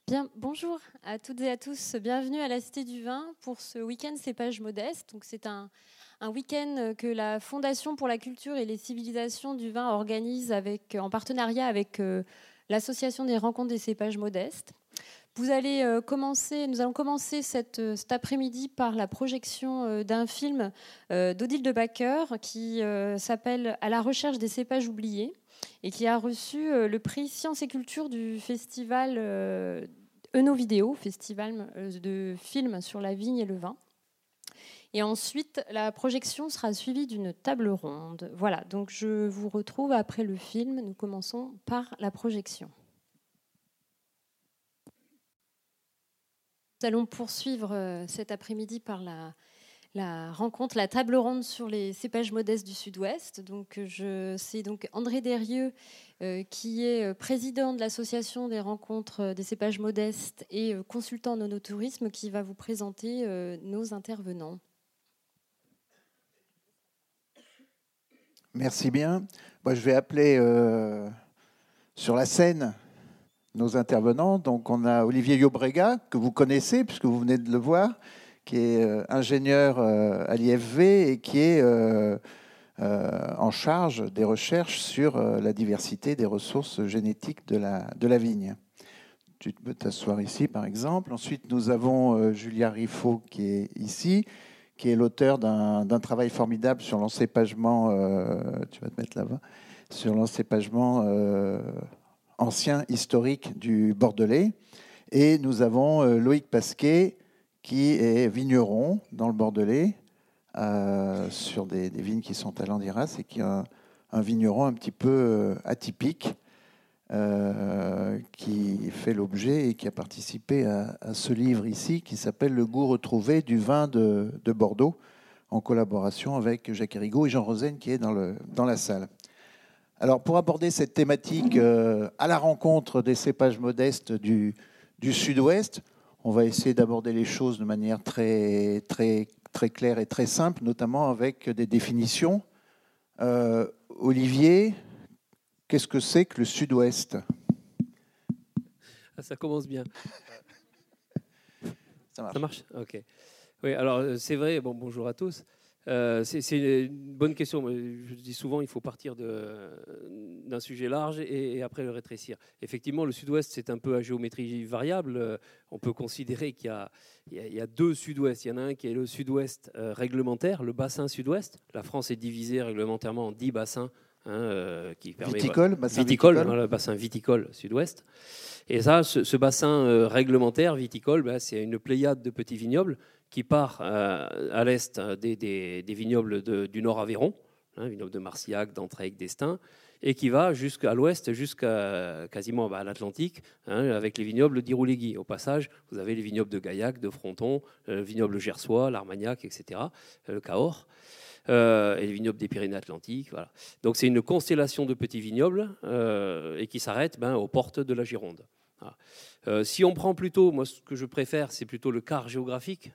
Bien, bonjour à toutes et à tous. Bienvenue à la Cité du Vin pour ce week-end cépage modeste. Donc, c'est un week-end que la Fondation pour la culture et les civilisations du vin organise en partenariat avec l'Association des rencontres des cépages modestes. Nous allons commencer cet après-midi par la projection d'un film d'Odile de Backer qui s'appelle « À la recherche des cépages oubliés » et qui a reçu le prix Sciences et Culture du festival Eno-Vidéo, festival de films sur la vigne et le vin. Et ensuite, la projection sera suivie d'une table ronde. Voilà, donc je vous retrouve après le film. Nous commençons par la projection. Nous allons poursuivre cet après-midi par la rencontre, la table ronde sur les cépages modestes du Sud-Ouest. Donc, c'est donc André Derieux qui est président de l'association des rencontres des cépages modestes et consultant en onotourisme qui va vous présenter nos intervenants. Merci bien. Moi, je vais appeler sur la scène nos intervenants. Donc, on a Olivier Llobrega, que vous connaissez, puisque vous venez de le voir, qui est ingénieur à l'IFV et qui est en charge des recherches sur la diversité des ressources génétiques de la vigne. Tu peux t'asseoir ici, par exemple. Ensuite, nous avons Julia Riffaut, qui est ici, qui est l'auteur d'un travail formidable sur l'encépagement, tu vas te mettre là-bas, sur l'encépagement ancien, historique du Bordelais. Et nous avons Loïc Pasquet, qui est vigneron dans le Bordelais, sur des vignes qui sont à Landiras, et qui est un vigneron un petit peu atypique, qui fait l'objet et qui a participé à ce livre ici, qui s'appelle « Le goût retrouvé du vin de Bordeaux », en collaboration avec Jacques Hérigaud et Jean Rosen, qui est dans la salle. Alors, pour aborder cette thématique à la rencontre des cépages modestes du Sud-Ouest, on va essayer d'aborder les choses de manière très, très, très claire et très simple, notamment avec des définitions. Olivier, qu'est-ce que c'est que le Sud-Ouest ? Ça commence bien. Ça marche. Ok. Oui, alors c'est vrai, bonjour à tous. C'est une bonne question. Je dis souvent, il faut partir d'un sujet large et après le rétrécir. Effectivement, le Sud-Ouest, c'est un peu à géométrie variable. On peut considérer qu'il y a deux Sud-Ouest. Il y en a un qui est le Sud-Ouest réglementaire, le bassin Sud-Ouest. La France est divisée réglementairement en 10 bassins. Qui permet, bassin viticole. Le bassin viticole Sud-Ouest. Et ça, ce bassin réglementaire viticole, c'est une pléiade de petits vignobles qui part à l'est des vignobles du Nord Aveyron, vignobles de Marcillac, d'Entraigues, d'Estaing, et qui va jusqu'à l'ouest, jusqu'à quasiment à l'Atlantique, avec les vignobles d'Irouléguy. Au passage, vous avez les vignobles de Gaillac, de Fronton, le vignoble gersois, l'Armagnac, etc., le Cahors. Et les vignobles des Pyrénées-Atlantiques. Voilà. Donc c'est une constellation de petits vignobles et qui s'arrête aux portes de la Gironde. Voilà. Si on prend plutôt, moi ce que je préfère, c'est plutôt le quart géographique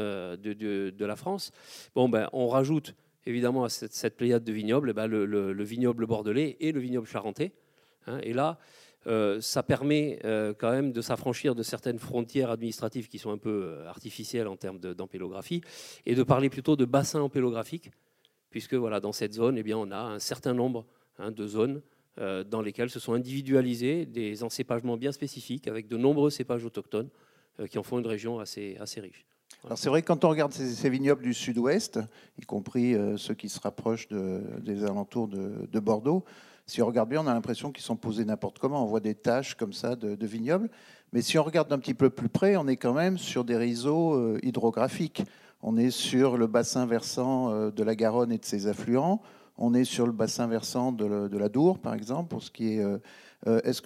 de la France. On rajoute évidemment à cette pléiade de vignobles le vignoble bordelais et le vignoble charentais. Et là, ça permet quand même de s'affranchir de certaines frontières administratives qui sont un peu artificielles en termes d'ampélographie et de parler plutôt de bassin ampélographique, puisque dans cette zone, on a un certain nombre de zones dans lesquelles se sont individualisés des encépagements bien spécifiques avec de nombreux cépages autochtones qui en font une région assez riche. Voilà. Alors c'est vrai que quand on regarde ces vignobles du Sud-Ouest, y compris ceux qui se rapprochent des alentours de Bordeaux, si on regarde bien, on a l'impression qu'ils sont posés n'importe comment. On voit des taches comme ça de vignobles. Mais si on regarde d'un petit peu plus près, on est quand même sur des réseaux hydrographiques. On est sur le bassin versant de la Garonne et de ses affluents. On est sur le bassin versant de la Dour, par exemple. Pour ce qui est, est-ce que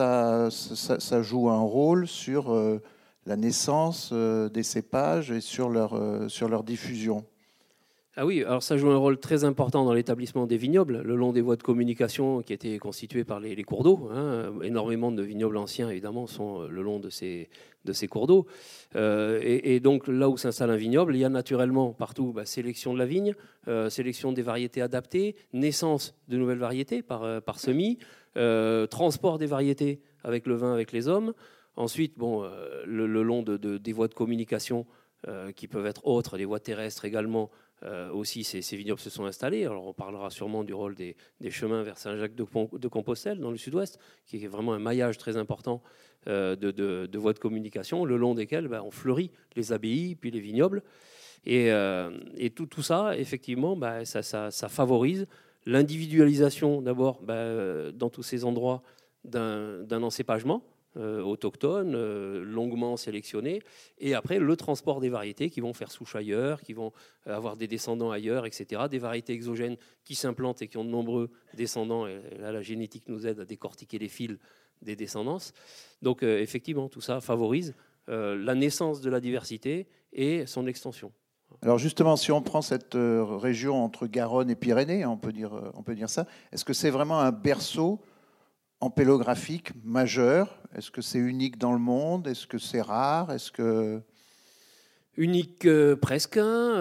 ça joue un rôle sur la naissance des cépages et sur leur diffusion ? Ah oui, alors ça joue un rôle très important dans l'établissement des vignobles, le long des voies de communication qui étaient constituées par les cours d'eau. Énormément de vignobles anciens, évidemment, sont le long de ces cours d'eau. Et donc, là où s'installe un vignoble, il y a naturellement partout sélection de la vigne, sélection des variétés adaptées, naissance de nouvelles variétés par semis, transport des variétés avec le vin, avec les hommes, Ensuite, le long des voies de communication qui peuvent être autres, les voies terrestres également, aussi ces vignobles se sont installés. Alors on parlera sûrement du rôle des chemins vers Saint-Jacques-de-Compostelle dans le sud-ouest, qui est vraiment un maillage très important de voies de communication, le long desquelles on fleurit les abbayes, puis les vignobles. Et tout ça, effectivement, ça favorise l'individualisation d'abord dans tous ces endroits d'un encépagement autochtones, longuement sélectionnés, et après le transport des variétés qui vont faire souche ailleurs, qui vont avoir des descendants ailleurs, etc. Des variétés exogènes qui s'implantent et qui ont de nombreux descendants, et là la génétique nous aide à décortiquer les fils des descendances. Donc effectivement, tout ça favorise la naissance de la diversité et son extension. Alors justement, si on prend cette région entre Garonne et Pyrénées, on peut dire ça, est-ce que c'est vraiment un berceau ampélographique majeur? Est-ce que c'est unique dans le monde? Est-ce que c'est rare? Est-ce que... Unique presque,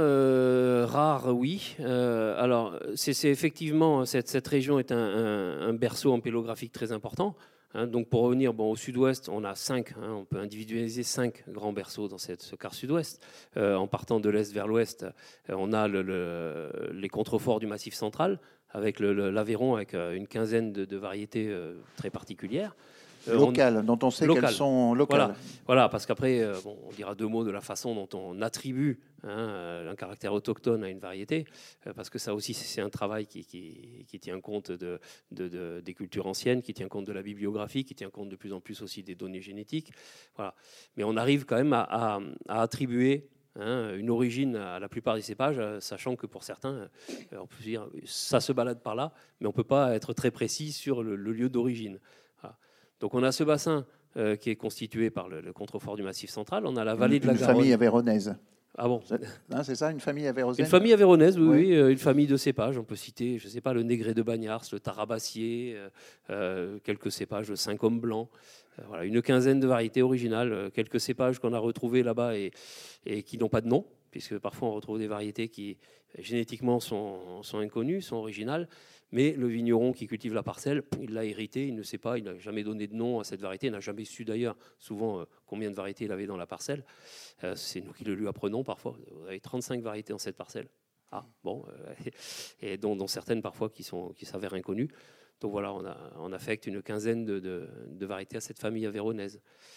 rare oui. Alors c'est effectivement, cette région est un berceau ampélographique très important. Donc pour revenir au sud-ouest, on a 5, on peut individualiser 5 grands berceaux dans ce quart sud-ouest. En partant de l'est vers l'ouest, on a les contreforts du Massif central, avec l'Aveyron, avec une quinzaine de variétés très particulières. Locales, dont on sait qu'elles sont locales. Voilà, parce qu'après, on dira 2 mots de la façon dont on attribue un caractère autochtone à une variété, parce que ça aussi, c'est un travail qui tient compte des cultures anciennes, qui tient compte de la bibliographie, qui tient compte de plus en plus aussi des données génétiques. Voilà. Mais on arrive quand même à attribuer une origine à la plupart des cépages, sachant que pour certains, on peut dire ça se balade par là, mais on ne peut pas être très précis sur le lieu d'origine. Voilà. Donc on a ce bassin qui est constitué par le contrefort du Massif central. On a la vallée de la Garonne. Une famille avéronaise. Ah bon? C'est ça, une famille avéronaise? Une famille avéronaise, oui, une famille de cépages. On peut citer, je ne sais pas, le Négré de Bagnars, le Tarabassier, quelques cépages de Saint-Côme blanc. Voilà, une quinzaine de variétés originales, quelques cépages qu'on a retrouvés là-bas et qui n'ont pas de nom, puisque parfois on retrouve des variétés qui génétiquement sont inconnues, sont originales, mais le vigneron qui cultive la parcelle, il l'a hérité, il ne sait pas, il n'a jamais donné de nom à cette variété, il n'a jamais su d'ailleurs souvent combien de variétés il avait dans la parcelle. C'est nous qui le lui apprenons parfois. Vous avez 35 variétés dans cette parcelle. Ah, bon, et dont certaines parfois qui s'avèrent inconnues. Donc voilà, on affecte une quinzaine de variétés à cette famille avéronaise.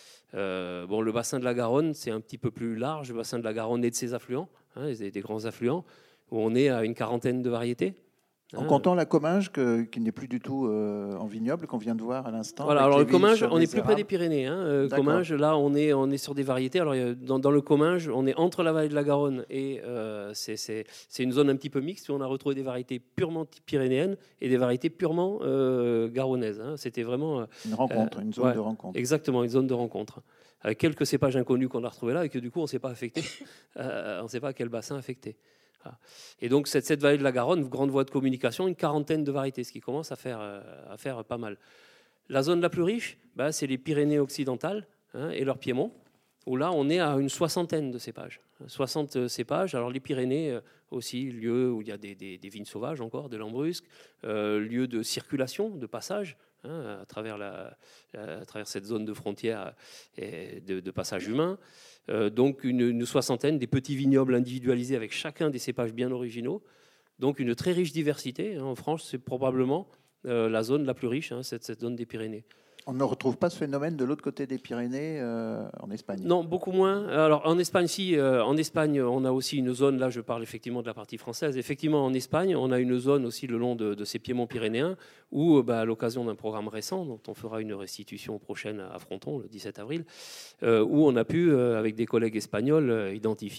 Le bassin de la Garonne, c'est un petit peu plus large. Le bassin de la Garonne et de ses affluents, des grands affluents, où on est à une quarantaine de variétés. En comptant la Comminges, qui n'est plus du tout en vignoble, qu'on vient de voir à l'instant. Voilà, alors le Comminges, on est plus près des Pyrénées. Comminges, là, on est sur des variétés. Alors, dans le Comminges, on est entre la vallée de la Garonne et c'est une zone un petit peu mixte où on a retrouvé des variétés purement pyrénéennes et des variétés purement garonnaises. C'était vraiment... une rencontre, une zone de rencontre. Exactement, une zone de rencontre. Avec quelques cépages inconnus qu'on a retrouvés là et que du coup, on ne s'est pas affecté. On ne sait pas à quel bassin affecté. Et donc cette vallée de la Garonne, grande voie de communication, une quarantaine de variétés, ce qui commence à faire pas mal. La zone la plus riche, c'est les Pyrénées occidentales et leur Piémont, où là on est à une soixantaine de cépages. 60 cépages. Alors les Pyrénées aussi, lieu où il y a des vignes sauvages encore, des lambrusques, lieu de circulation, de passage, à travers cette zone de frontière et de passage humain. Donc une soixantaine des petits vignobles individualisés avec chacun des cépages bien originaux. Donc une très riche diversité. En France, c'est probablement la zone la plus riche, cette zone des Pyrénées. On ne retrouve pas ce phénomène de l'autre côté des Pyrénées en Espagne? Non, beaucoup moins. Alors en Espagne, si. En Espagne, on a aussi une zone, là je parle effectivement de la partie française. Effectivement, en Espagne, on a une zone aussi le long de ces piémonts pyrénéens où, à l'occasion d'un programme récent, dont on fera une restitution prochaine à Fronton, le 17 avril, où on a pu, avec des collègues espagnols,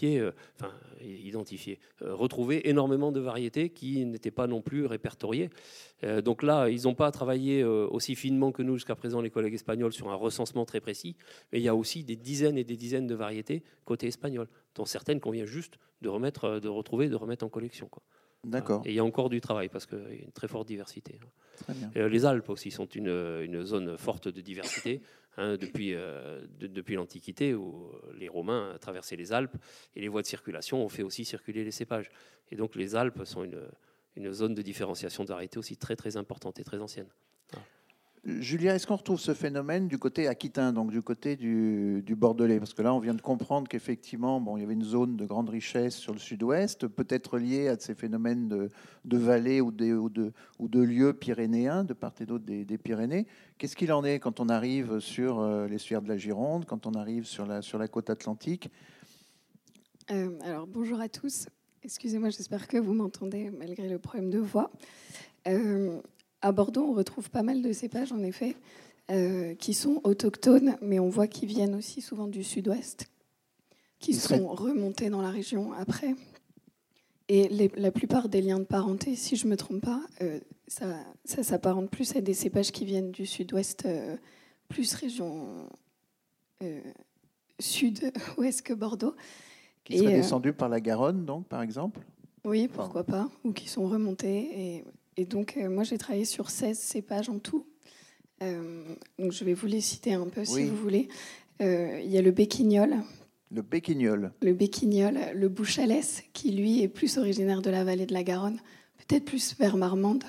retrouver énormément de variétés qui n'étaient pas non plus répertoriées. Donc là, ils n'ont pas travaillé aussi finement que nous jusqu'à présent, les collègues espagnols, sur un recensement très précis, mais il y a aussi des dizaines et des dizaines de variétés côté espagnol, dont certaines qu'on vient juste de retrouver, de remettre en collection, quoi. D'accord. Et il y a encore du travail parce qu'il y a une très forte diversité. Très bien. Les Alpes aussi sont une zone forte de diversité depuis l'Antiquité, où les Romains traversaient les Alpes et les voies de circulation ont fait aussi circuler les cépages. Et donc les Alpes sont une zone de différenciation de variétés aussi très très importante et très ancienne. Julia, est-ce qu'on retrouve ce phénomène du côté aquitain, donc du côté du Bordelais? Parce que là, on vient de comprendre qu'effectivement, bon, il y avait une zone de grande richesse sur le sud-ouest, peut-être liée à ces phénomènes de vallées ou de lieux pyrénéens, de part et d'autre des Pyrénées. Qu'est-ce qu'il en est quand on arrive sur l'estuaire de la Gironde, quand on arrive sur la côte atlantique? Alors, bonjour à tous. Excusez-moi, j'espère que vous m'entendez malgré le problème de voix. À Bordeaux, on retrouve pas mal de cépages, en effet, qui sont autochtones, mais on voit qu'ils viennent aussi souvent du sud-ouest, qui sont remontés dans la région après. Et la plupart des liens de parenté, si je ne me trompe pas, ça s'apparente plus à des cépages qui viennent du sud-ouest, plus région sud-ouest que Bordeaux. Qui seraient descendus par la Garonne, donc, par exemple? Oui, pourquoi pas, ou qui sont remontés. Et donc, moi, j'ai travaillé sur 16 cépages en tout. Donc, je vais vous les citer un peu, si vous voulez. Il y a le béquignol. Le béquignol. Le béquignol, le bouchalès, qui, lui, est plus originaire de la vallée de la Garonne, peut-être plus vers Marmande.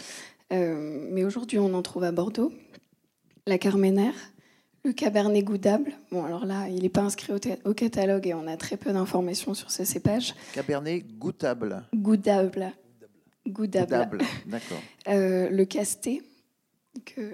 Mais aujourd'hui, on en trouve à Bordeaux. La carménère, le cabernet goudable. Bon, alors là, il n'est pas inscrit au catalogue et on a très peu d'informations sur ce cépage. Cabernet goûtable. Goudable. D'accord. Le casté, que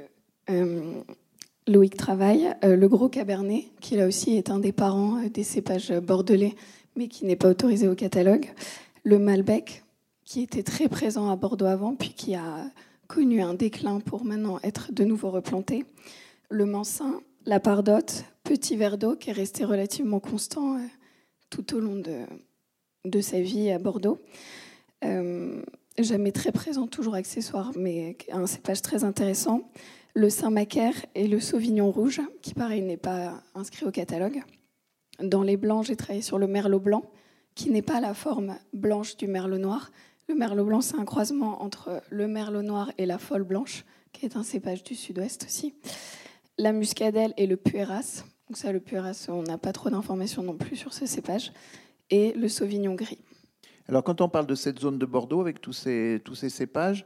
Loïc travaille. Le gros cabernet, qui là aussi est un des parents des cépages bordelais, mais qui n'est pas autorisé au catalogue. Le malbec, qui était très présent à Bordeaux avant, puis qui a connu un déclin pour maintenant être de nouveau replanté. Le mansin, la pardotte, petit verre d'eau, qui est resté relativement constant tout au long de sa vie à Bordeaux. Jamais très présent, toujours accessoire, mais un cépage très intéressant. Le Saint-Macaire et le Sauvignon rouge, qui pareil n'est pas inscrit au catalogue. Dans les blancs, j'ai travaillé sur le Merlot blanc, qui n'est pas la forme blanche du Merlot noir. Le Merlot blanc, c'est un croisement entre le Merlot noir et la Folle blanche, qui est un cépage du sud-ouest aussi. La muscadelle et le puéras. Donc ça, le puéras, on n'a pas trop d'informations non plus sur ce cépage. Et le Sauvignon gris. Alors, quand on parle de cette zone de Bordeaux avec tous ces cépages,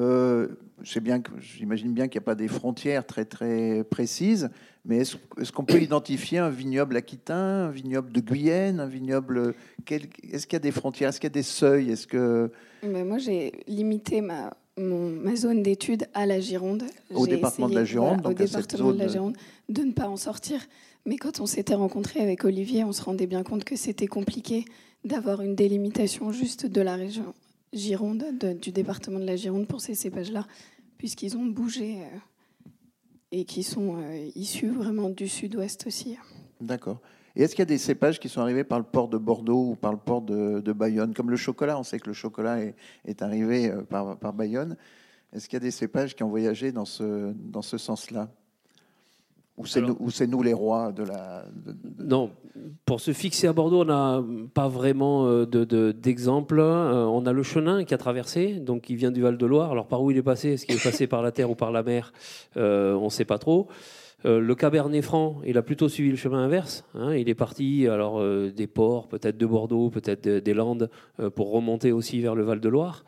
j'imagine bien qu'il n'y a pas des frontières très, très précises, mais est-ce qu'on peut identifier un vignoble aquitain, un vignoble de Guyenne, un vignoble... Est-ce qu'il y a des frontières? Est-ce qu'il y a des seuils? Moi, j'ai limité ma zone d'étude à la Gironde. Au département de la Gironde, donc au département de la Gironde, de ne pas en sortir. Mais quand on s'était rencontré avec Olivier, on se rendait bien compte que c'était compliqué d'avoir une délimitation juste de la région Gironde, du département de la Gironde pour ces cépages-là, puisqu'ils ont bougé et qui sont issus vraiment du sud-ouest aussi. D'accord. Et est-ce qu'il y a des cépages qui sont arrivés par le port de Bordeaux ou par le port de Bayonne, comme le chocolat? On sait que le chocolat est arrivé par Bayonne. Est-ce qu'il y a des cépages qui ont voyagé dans ce sens-là? Ou c'est nous les rois de la... Non, pour se fixer à Bordeaux, on n'a pas vraiment d'exemple. On a le Chenin qui a traversé, donc il vient du Val-de-Loire. Alors par où il est passé? Est-ce qu'il est passé par la terre ou par la mer? On ne sait pas trop. Le Cabernet Franc, il a plutôt suivi le chemin inverse. Il est parti des ports, peut-être de Bordeaux, peut-être des Landes, pour remonter aussi vers le Val-de-Loire.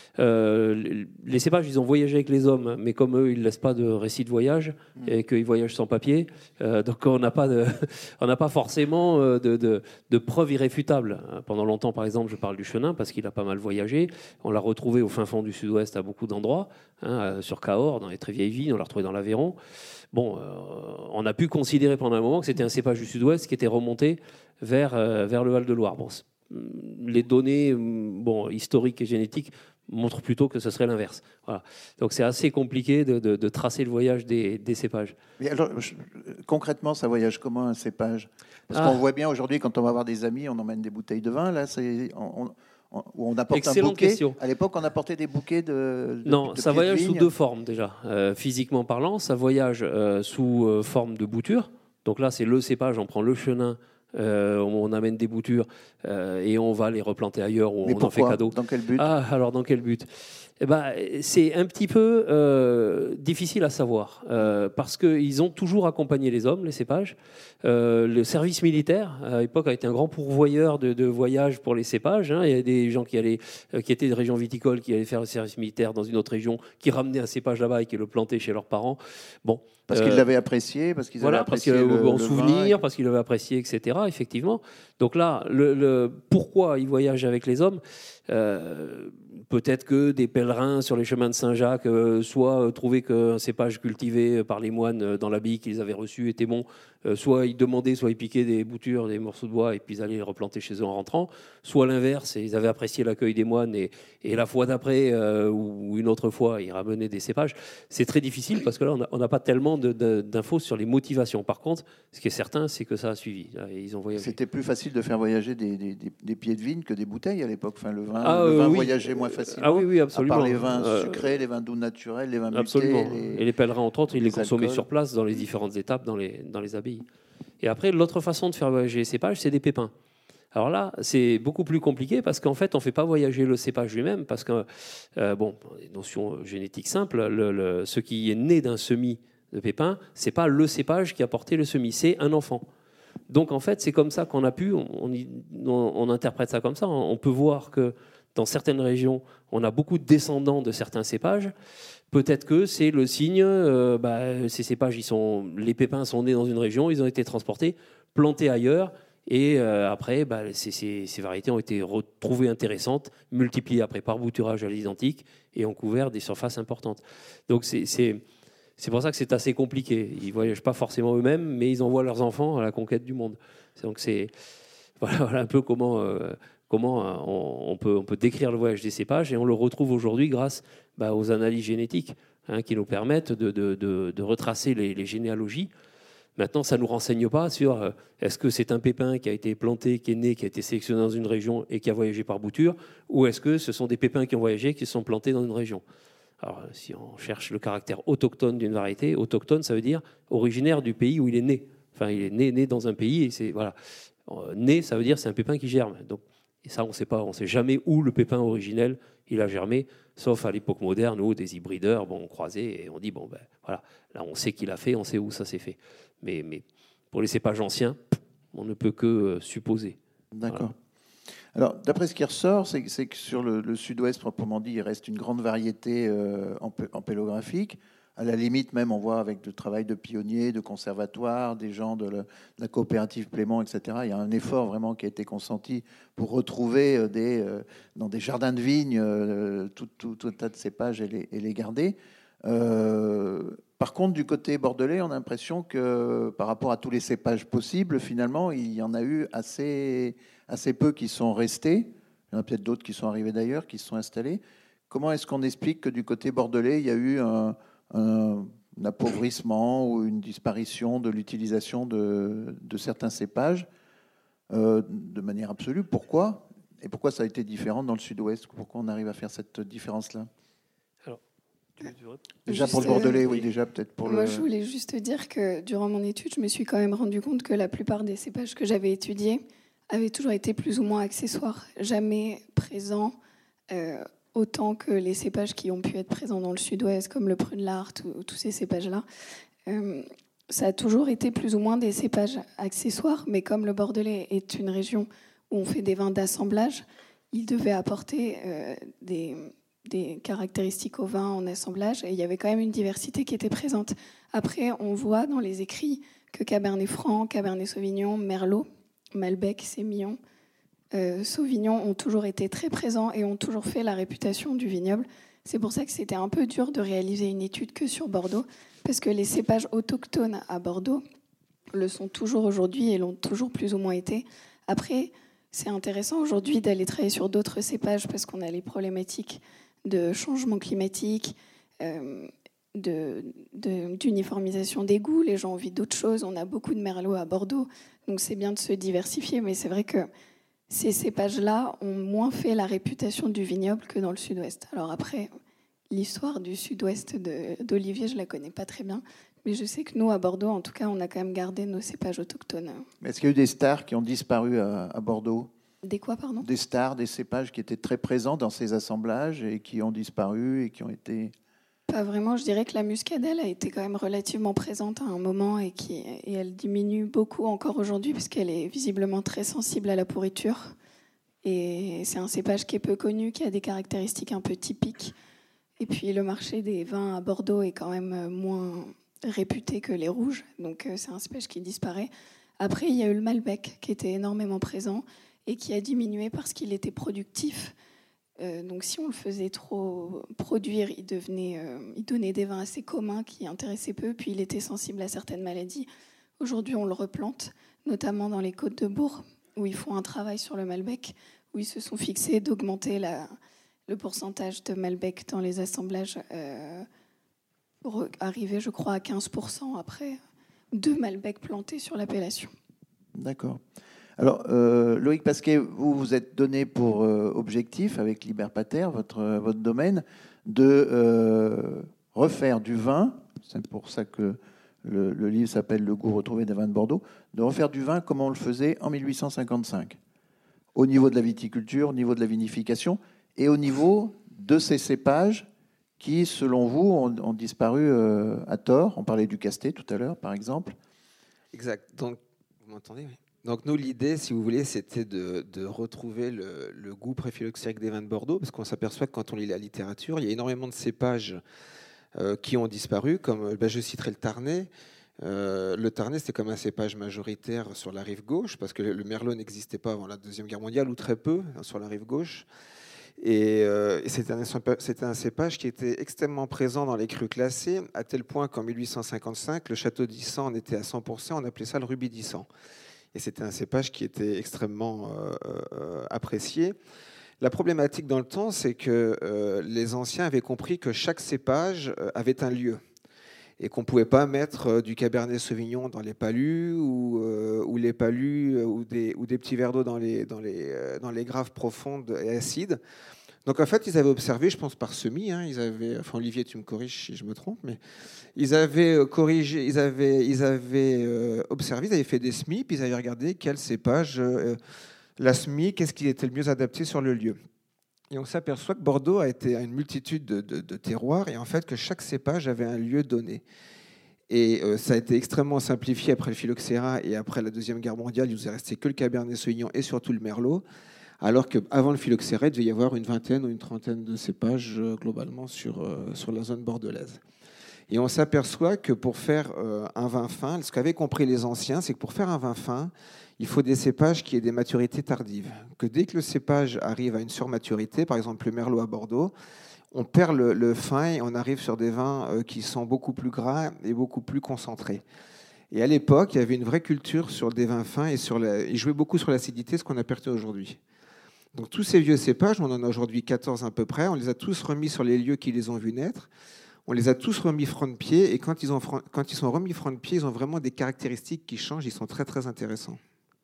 Les cépages, ils ont voyagé avec les hommes, mais comme eux, ils ne laissent pas de récit de voyage et qu'ils voyagent sans papier, donc on n'a pas forcément de preuves irréfutables. Pendant longtemps, par exemple, je parle du Chenin parce qu'il a pas mal voyagé. On l'a retrouvé au fin fond du sud-ouest à beaucoup d'endroits, sur Cahors, dans les très vieilles vignes, on l'a retrouvé dans l'Aveyron. Bon, on a pu considérer pendant un moment que c'était un cépage du sud-ouest qui était remonté vers le Val-de-Loire. Bon, les données historiques et génétiques montrent plutôt que ce serait l'inverse. Voilà. Donc c'est assez compliqué de tracer le voyage des cépages. Mais alors, concrètement, ça voyage comment un cépage? Parce qu'on voit bien aujourd'hui, quand on va voir des amis, on emmène des bouteilles de vin. Là, on apporte Excellente un bouquet. Question. À l'époque, on apportait des bouquets Non, ça voyage de sous deux formes déjà. Physiquement parlant, ça voyage sous forme de bouture. Donc là, c'est le cépage, on prend le Chenin on amène des boutures et on va les replanter ailleurs ou Mais on en fait pourquoi ? cadeau. Dans quel but ? Ah, alors dans quel but ? Eh ben, c'est un petit peu difficile à savoir parce qu'ils ont toujours accompagné les hommes, les cépages. Le service militaire, à l'époque, a été un grand pourvoyeur de voyages pour les cépages. Hein. Il y a des gens qui étaient de régions viticoles, qui allaient faire le service militaire dans une autre région, qui ramenaient un cépage là-bas et qui le plantaient chez leurs parents. Bon, parce qu'ils l'avaient apprécié, parce qu'ils avaient apprécié en le souvenir, vin, parce qu'ils l'avaient apprécié, etc. Effectivement. Donc là, pourquoi ils voyagent avec les hommes ? Peut-être que des pèlerins sur les chemins de Saint-Jacques soit trouvaient qu'un cépage cultivé par les moines dans l'abbaye qu'ils avaient reçu était bon, soit ils demandaient, soit ils piquaient des boutures, des morceaux de bois et puis ils allaient les replanter chez eux en rentrant, soit l'inverse, ils avaient apprécié l'accueil des moines et la fois d'après ou une autre fois ils ramenaient des cépages. C'est très difficile parce que là on n'a pas tellement d'infos sur les motivations. Par contre, ce qui est certain, c'est que ça a suivi. Ils ont voyagé. C'était plus facile de faire voyager des pieds de vigne que des bouteilles à l'époque. Enfin, le vin oui. voyageait moins facilement. Ah oui, absolument. À part les vins sucrés, les vins doux naturels, les vins absolument. mutés. Et les pèlerins, entre autres, ils les consommaient alcools. sur place dans les différentes étapes dans les abbayes. Et après, l'autre façon de faire voyager les cépages, c'est des pépins. Alors là, c'est beaucoup plus compliqué parce qu'en fait, on ne fait pas voyager le cépage lui-même parce que, des notions génétiques simples, ce qui est né d'un semis de pépins, ce n'est pas le cépage qui a porté le semis, c'est un enfant. Donc en fait, c'est comme ça qu'on a pu, on interprète ça comme ça. On peut voir que dans certaines régions, on a beaucoup de descendants de certains cépages. Peut-être que c'est le signe, ces cépages, les pépins sont nés dans une région, ils ont été transportés, plantés ailleurs, et après, ces variétés ont été retrouvées intéressantes, multipliées après par bouturage à l'identique, et ont couvert des surfaces importantes. Donc c'est pour ça que c'est assez compliqué. Ils ne voyagent pas forcément eux-mêmes, mais ils envoient leurs enfants à la conquête du monde. Donc c'est voilà un peu comment on peut décrire le voyage des cépages, et on le retrouve aujourd'hui grâce aux analyses génétiques qui nous permettent de retracer les généalogies. Maintenant, ça ne nous renseigne pas sur est-ce que c'est un pépin qui a été planté, qui est né, qui a été sélectionné dans une région et qui a voyagé par bouture, ou est-ce que ce sont des pépins qui ont voyagé, qui se sont plantés dans une région. Alors, si on cherche le caractère autochtone d'une variété, autochtone, ça veut dire originaire du pays où il est né. Enfin, il est né dans un pays, et c'est voilà. Né, ça veut dire c'est un pépin qui germe. Donc, et ça, on ne sait pas, on ne sait jamais où le pépin originel il a germé, sauf à l'époque moderne où des hybrideurs on croisait et on dit voilà, là on sait qui l'a fait, on sait où ça s'est fait. Mais pour les cépages anciens, on ne peut que supposer. D'accord. Voilà. Alors, d'après ce qui ressort, c'est que sur le sud-ouest proprement dit, il reste une grande variété empélographique. À la limite, même, on voit avec le travail de pionniers, de conservatoires, des gens de la coopérative Plément, etc. Il y a un effort vraiment qui a été consenti pour retrouver dans des jardins de vignes tout un tas de cépages et les garder. Par contre, du côté bordelais, on a l'impression que par rapport à tous les cépages possibles, finalement, il y en a eu assez peu qui sont restés. Il y en a peut-être d'autres qui sont arrivés d'ailleurs, qui se sont installés. Comment est-ce qu'on explique que du côté bordelais, il y a eu un appauvrissement ou une disparition de l'utilisation de certains cépages de manière absolue? Pourquoi? Et pourquoi ça a été différent dans le sud-ouest? Pourquoi on arrive à faire cette différence-là? Déjà pour le bordelais, oui, déjà peut-être pour Moi, je voulais juste dire que durant mon étude, je me suis quand même rendu compte que la plupart des cépages que j'avais étudiés avaient toujours été plus ou moins accessoires, jamais présents autant que les cépages qui ont pu être présents dans le sud-ouest, comme le Prunelart ou tous ces cépages-là. Ça a toujours été plus ou moins des cépages accessoires, mais comme le Bordelais est une région où on fait des vins d'assemblage, il devait apporter des caractéristiques au vin en assemblage, et il y avait quand même une diversité qui était présente. Après, on voit dans les écrits que Cabernet Franc, Cabernet Sauvignon, Merlot, Malbec, Sémillon, Sauvignon ont toujours été très présents et ont toujours fait la réputation du vignoble. C'est pour ça que c'était un peu dur de réaliser une étude que sur Bordeaux, parce que les cépages autochtones à Bordeaux le sont toujours aujourd'hui et l'ont toujours plus ou moins été. Après, c'est intéressant aujourd'hui d'aller travailler sur d'autres cépages parce qu'on a les problématiques de changement climatique, d'uniformisation des goûts. Les gens ont envie d'autres choses. On a beaucoup de merlot à Bordeaux, donc c'est bien de se diversifier. Mais c'est vrai que ces cépages-là ont moins fait la réputation du vignoble que dans le sud-ouest. Alors après, l'histoire du sud-ouest d'Olivier, je ne la connais pas très bien, Mais je sais que nous, à Bordeaux, en tout cas, on a quand même gardé nos cépages autochtones. Mais est-ce qu'il y a eu des stars qui ont disparu à Bordeaux? Des quoi, pardon? Des stars, des cépages qui étaient très présents dans ces assemblages et qui ont disparu et qui ont été... Pas vraiment. Je dirais que la muscadelle a été quand même relativement présente à un moment et elle diminue beaucoup encore aujourd'hui puisqu'elle est visiblement très sensible à la pourriture. Et c'est un cépage qui est peu connu, qui a des caractéristiques un peu typiques. Et puis le marché des vins à Bordeaux est quand même moins réputé que les rouges. Donc c'est un cépage qui disparaît. Après, il y a eu le Malbec qui était énormément présent et qui a diminué parce qu'il était productif. Donc si on le faisait trop produire, il donnait des vins assez communs qui intéressaient peu, puis il était sensible à certaines maladies. Aujourd'hui, on le replante, notamment dans les Côtes de Bourg, où ils font un travail sur le Malbec, où ils se sont fixés d'augmenter le pourcentage de Malbec dans les assemblages pour arriver, je crois, à 15% après 2 Malbec plantés sur l'appellation. D'accord. Alors, Loïc Pasquet, vous vous êtes donné pour objectif, avec Liber Pater, votre domaine, de refaire du vin, c'est pour ça que le livre s'appelle « Le goût retrouvé des vins de Bordeaux », de refaire du vin comme on le faisait en 1855, au niveau de la viticulture, au niveau de la vinification, et au niveau de ces cépages qui, selon vous, ont disparu à tort. On parlait du Castet tout à l'heure, par exemple. Exact. Donc, vous m'entendez? Oui. Donc nous, l'idée, si vous voulez, c'était de retrouver le goût préphyloxérique des vins de Bordeaux, parce qu'on s'aperçoit que quand on lit la littérature, il y a énormément de cépages qui ont disparu, comme je citerai le Tarnais. Le Tarnais, c'était comme un cépage majoritaire sur la rive gauche, parce que le Merlot n'existait pas avant la Deuxième Guerre mondiale, ou très peu, sur la rive gauche. Et c'était un cépage qui était extrêmement présent dans les crus classés, à tel point qu'en 1855, le château d'Issant en était à 100%, on appelait ça le rubis d'Issant. Et c'était un cépage qui était extrêmement apprécié. La problématique dans le temps, c'est que les anciens avaient compris que chaque cépage avait un lieu et qu'on ne pouvait pas mettre du Cabernet Sauvignon dans les palus ou les palus ou des petits verres d'eau dans les graves profondes et acides. Donc en fait, ils avaient observé, je pense par semis, Olivier, tu me corriges si je me trompe, mais ils avaient corrigé, ils avaient observé, ils avaient fait des semis, puis ils avaient regardé quel cépage, la semis, qu'est-ce qui était le mieux adapté sur le lieu. Et on s'aperçoit que Bordeaux a une multitude de terroirs, et en fait que chaque cépage avait un lieu donné. Et ça a été extrêmement simplifié après le phylloxéra et après la Deuxième Guerre mondiale, il nous est resté que le Cabernet Sauvignon et surtout le Merlot. Alors qu'avant le phylloxéra, il devait y avoir une vingtaine ou une trentaine de cépages globalement sur la zone bordelaise. Et on s'aperçoit que pour faire un vin fin, ce qu'avaient compris les anciens, c'est que pour faire un vin fin, il faut des cépages qui aient des maturités tardives. Que dès que le cépage arrive à une surmaturité, par exemple le Merlot à Bordeaux, on perd le fin et on arrive sur des vins qui sont beaucoup plus gras et beaucoup plus concentrés. Et à l'époque, il y avait une vraie culture sur des vins fins et ils jouaient beaucoup sur l'acidité, ce qu'on a perdu aujourd'hui. Donc tous ces vieux cépages, on en a aujourd'hui 14 à peu près, on les a tous remis sur les lieux qui les ont vus naître, on les a tous remis front de pied, et quand ils sont remis front de pied, ils ont vraiment des caractéristiques qui changent, ils sont très très intéressants.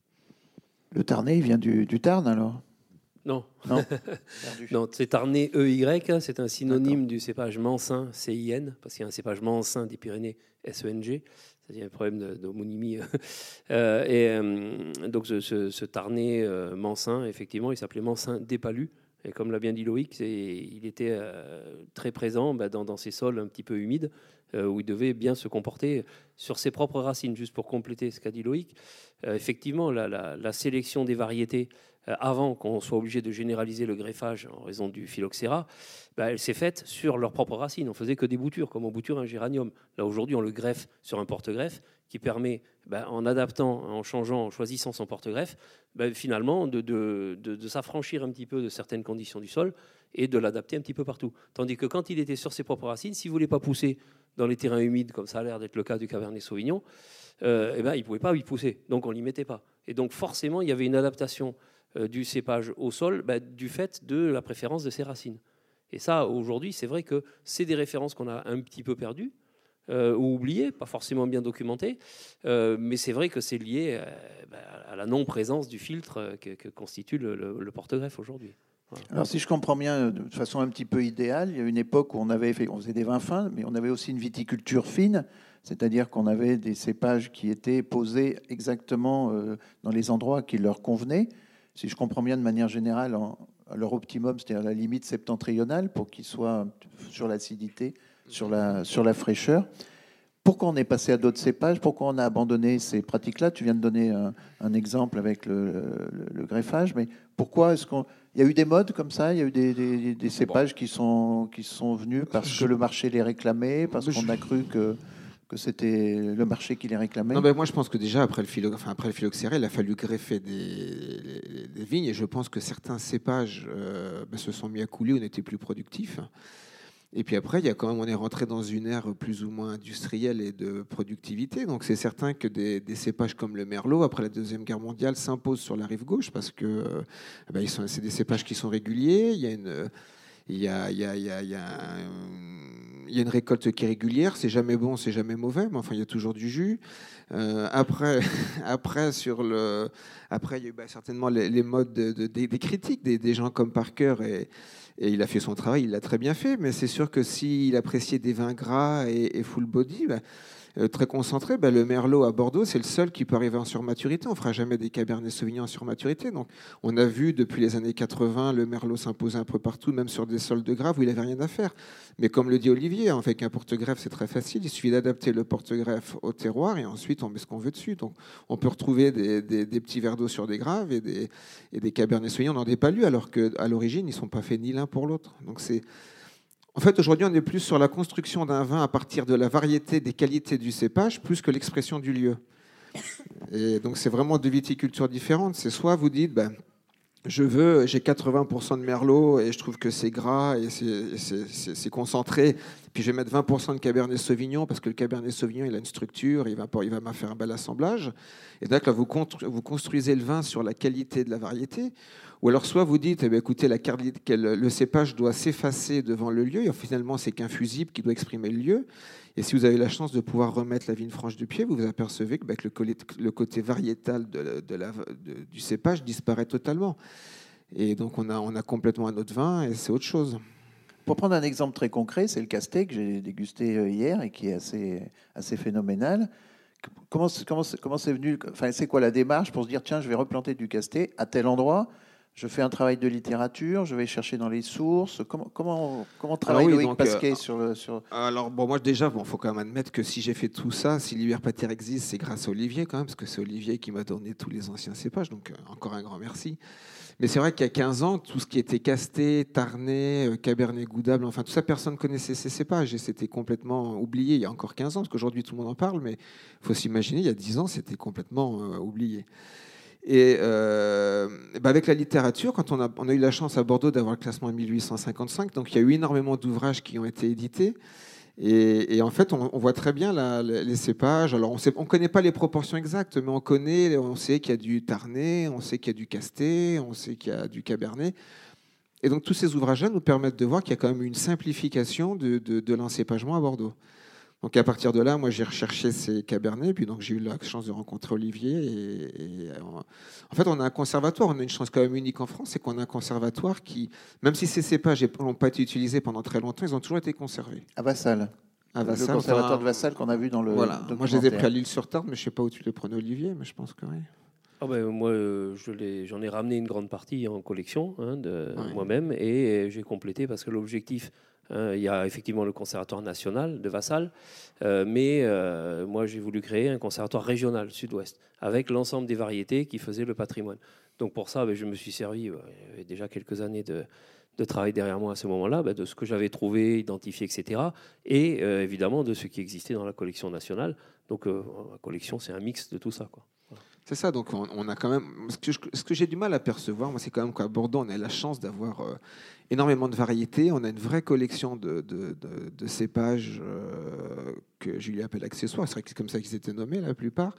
Le Tarnais, il vient du Tarn alors? Non, non. Non, c'est Tarnais EY, c'est un synonyme du cépage Mansin, CIN, parce qu'il y a un cépage Mansin des Pyrénées, SENG, c'est-à-dire un problème d'homonymie. Donc ce Tarnais Mansin, effectivement, il s'appelait Mansin des Palus, et comme l'a bien dit Loïc, il était très présent dans ces sols un petit peu humides, où il devait bien se comporter sur ses propres racines. Juste pour compléter ce qu'a dit Loïc, effectivement, la sélection des variétés, avant qu'on soit obligé de généraliser le greffage en raison du phylloxéra, elle s'est faite sur leurs propres racines. On faisait que des boutures, comme on bouture un géranium. Là, aujourd'hui, on le greffe sur un porte-greffe qui permet, en adaptant, en changeant, en choisissant son porte-greffe, finalement, de s'affranchir un petit peu de certaines conditions du sol et de l'adapter un petit peu partout. Tandis que quand il était sur ses propres racines, s'il ne voulait pas pousser dans les terrains humides, comme ça a l'air d'être le cas du Cabernet Sauvignon, il ne pouvait pas y pousser. Donc, on ne l'y mettait pas. Et donc, forcément, il y avait une adaptation du cépage au sol du fait de la préférence de ses racines. Et ça, aujourd'hui, c'est vrai que c'est des références qu'on a un petit peu perdues ou oubliées, pas forcément bien documentées, mais c'est vrai que c'est lié à la non-présence du filtre que constitue le porte-greffe aujourd'hui. Voilà. Alors, si je comprends bien, de façon un petit peu idéale, il y a une époque où on faisait des vins fins, mais on avait aussi une viticulture fine, C'est-à-dire qu'on avait des cépages qui étaient posés exactement dans les endroits qui leur convenaient. Si je comprends bien, de manière générale, à leur optimum, c'est-à-dire la limite septentrionale, pour qu'ils soient sur l'acidité, sur la fraîcheur. Pourquoi on est passé à d'autres cépages? Pourquoi on a abandonné ces pratiques-là? Tu viens de donner un exemple avec le greffage, mais pourquoi est-ce qu'il y a eu des modes comme ça? Il y a eu des cépages qui sont venus parce que le marché les réclamait, parce qu'on a cru que c'était le marché qui les réclamait? Non, moi je pense que déjà après le phylloxéra, il a fallu greffer des vignes, et je pense que certains cépages se sont mis à couler ou n'étaient plus productifs. Et puis après, on est rentré dans une ère plus ou moins industrielle et de productivité. Donc c'est certain que des cépages comme le Merlot, après la Deuxième Guerre mondiale, s'imposent sur la rive gauche parce que c'est des cépages qui sont réguliers. Il y a une récolte qui est régulière. C'est jamais bon, c'est jamais mauvais, mais enfin il y a toujours du jus. Après, il y a eu certainement les modes des critiques des gens comme Parker, et il a fait son travail, il l'a très bien fait, mais c'est sûr que s'il appréciait des vins gras et full body, très concentré, le Merlot à Bordeaux, c'est le seul qui peut arriver en surmaturité. On ne fera jamais des Cabernet Sauvignon en surmaturité. Donc, on a vu depuis les années 80 le Merlot s'imposer un peu partout, même sur des sols de grave où il n'avait rien à faire. Mais comme le dit Olivier, avec un porte-greffe, c'est très facile. Il suffit d'adapter le porte-greffe au terroir et ensuite on met ce qu'on veut dessus. Donc, on peut retrouver des petits verres d'eau sur des graves et des Cabernet Sauvignon dans des palus, alors qu'à l'origine, ils ne sont pas faits ni l'un pour l'autre. Donc, en fait, aujourd'hui, on est plus sur la construction d'un vin à partir de la variété, des qualités du cépage, plus que l'expression du lieu. Et donc, c'est vraiment deux viticultures différentes. C'est soit vous dites, j'ai 80% de Merlot et je trouve que c'est gras et c'est concentré. Puis je vais mettre 20% de Cabernet Sauvignon parce que le Cabernet Sauvignon, il a une structure, il va me faire un bel assemblage. Et donc là, vous construisez le vin sur la qualité de la variété. Ou alors soit vous dites, écoutez, le cépage doit s'effacer devant le lieu, et finalement c'est qu'un fusible qui doit exprimer le lieu. Et si vous avez la chance de pouvoir remettre la vigne franche du pied, vous vous apercevez que le côté variétal du cépage disparaît totalement. Et donc on a complètement un autre vin, et c'est autre chose. Pour prendre un exemple très concret, c'est le Castet que j'ai dégusté hier et qui est assez phénoménal. Comment c'est venu? Enfin, c'est quoi la démarche pour se dire, tiens, je vais replanter du Castet à tel endroit? Je fais un travail de littérature, je vais chercher dans les sources. Comment travaille Loïc Pasquet sur... Alors, moi, déjà, faut quand même admettre que si j'ai fait tout ça, si l'Hiver-Pater existe, c'est grâce à Olivier, quand même, parce que c'est Olivier qui m'a donné tous les anciens cépages. Donc, encore un grand merci. Mais c'est vrai qu'il y a 15 ans, tout ce qui était Castet, Tarnet, Cabernet Goudable, enfin, tout ça, personne ne connaissait ces cépages. Et c'était complètement oublié il y a encore 15 ans, parce qu'aujourd'hui, tout le monde en parle. Mais il faut s'imaginer, il y a 10 ans, c'était complètement oublié. Et avec la littérature, quand on a eu la chance à Bordeaux d'avoir le classement 1855, donc il y a eu énormément d'ouvrages qui ont été édités. Et en fait, on voit très bien les cépages. Alors, on ne connaît pas les proportions exactes, mais on sait qu'il y a du Tarnet, on sait qu'il y a du Castet, on sait qu'il y a du Cabernet. Et donc, tous ces ouvrages-là nous permettent de voir qu'il y a quand même une simplification de l'encépagement à Bordeaux. Donc à partir de là, moi j'ai recherché ces cabernets, puis donc j'ai eu la chance de rencontrer Olivier. En fait, on a un conservatoire, on a une chance quand même unique en France, c'est qu'on a un conservatoire qui, même si ces cépages n'ont pas été utilisés pendant très longtemps, ils ont toujours été conservés. À Vassal. Le conservatoire de Vassal qu'on a vu dans le documentaire. Moi je les ai pris à l'Île-sur-Tarn, mais je ne sais pas où tu les prenais, Olivier, mais je pense que oui. Moi, j'en ai ramené une grande partie en collection moi-même, et j'ai complété parce que l'objectif, il y a effectivement le conservatoire national de Vassal, mais moi j'ai voulu créer un conservatoire régional sud-ouest avec l'ensemble des variétés qui faisaient le patrimoine. Donc pour ça, je me suis servi, il y avait déjà quelques années de travail derrière moi à ce moment-là, de ce que j'avais trouvé, identifié, etc. Et évidemment de ce qui existait dans la collection nationale. Donc la collection, c'est un mix de tout ça, quoi. C'est ça, donc on a quand même... Ce que j'ai du mal à percevoir, moi, c'est quand même qu'à Bordeaux, on a la chance d'avoir énormément de variétés. On a une vraie collection de cépages que Julie appelle accessoires. C'est vrai que c'est comme ça qu'ils étaient nommés, la plupart.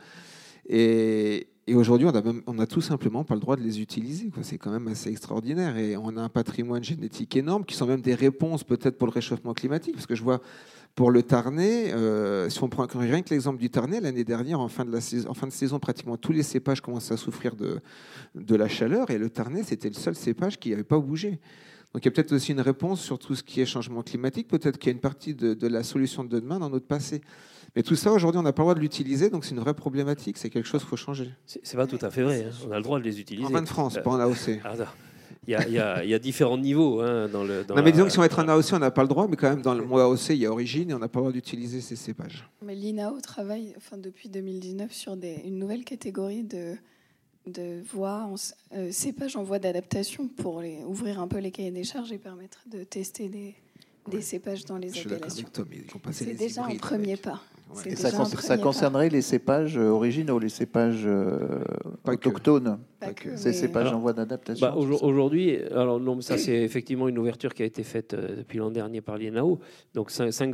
Et aujourd'hui, on n'a tout simplement pas le droit de les utiliser, quoi. C'est quand même assez extraordinaire. Et on a un patrimoine génétique énorme, qui sont même des réponses peut-être pour le réchauffement climatique. Parce que je vois... Pour le Tarnet, si on prend rien que l'exemple du Tarnet, l'année dernière, en fin de saison, pratiquement tous les cépages commençaient à souffrir de la chaleur, et le Tarnet, c'était le seul cépage qui n'avait pas bougé. Donc il y a peut-être aussi une réponse sur tout ce qui est changement climatique. Peut-être qu'il y a une partie de la solution de demain dans notre passé. Mais tout ça, aujourd'hui, on n'a pas le droit de l'utiliser, donc c'est une vraie problématique. C'est quelque chose qu'il faut changer. C'est pas tout à fait vrai. On a le droit de les utiliser. En vin de France, pas en AOC. Il y a différents niveaux dans le. Non, mais disons que si on est en AOC, on n'a pas le droit, mais quand même, dans le mot AOC, il y a origine et on n'a pas le droit d'utiliser ces cépages. Mais l'INAO travaille depuis 2019 sur une nouvelle catégorie de voies, cépages en voie d'adaptation pour ouvrir un peu les cahiers des charges et permettre de tester des cépages dans les appellations. C'est déjà un premier pas. Et ça concernerait les cépages originaux, les cépages autochtones, ces cépages en voie d'adaptation. Aujourd'hui, alors non, ça c'est effectivement une ouverture qui a été faite depuis l'an dernier par l'INAO. Donc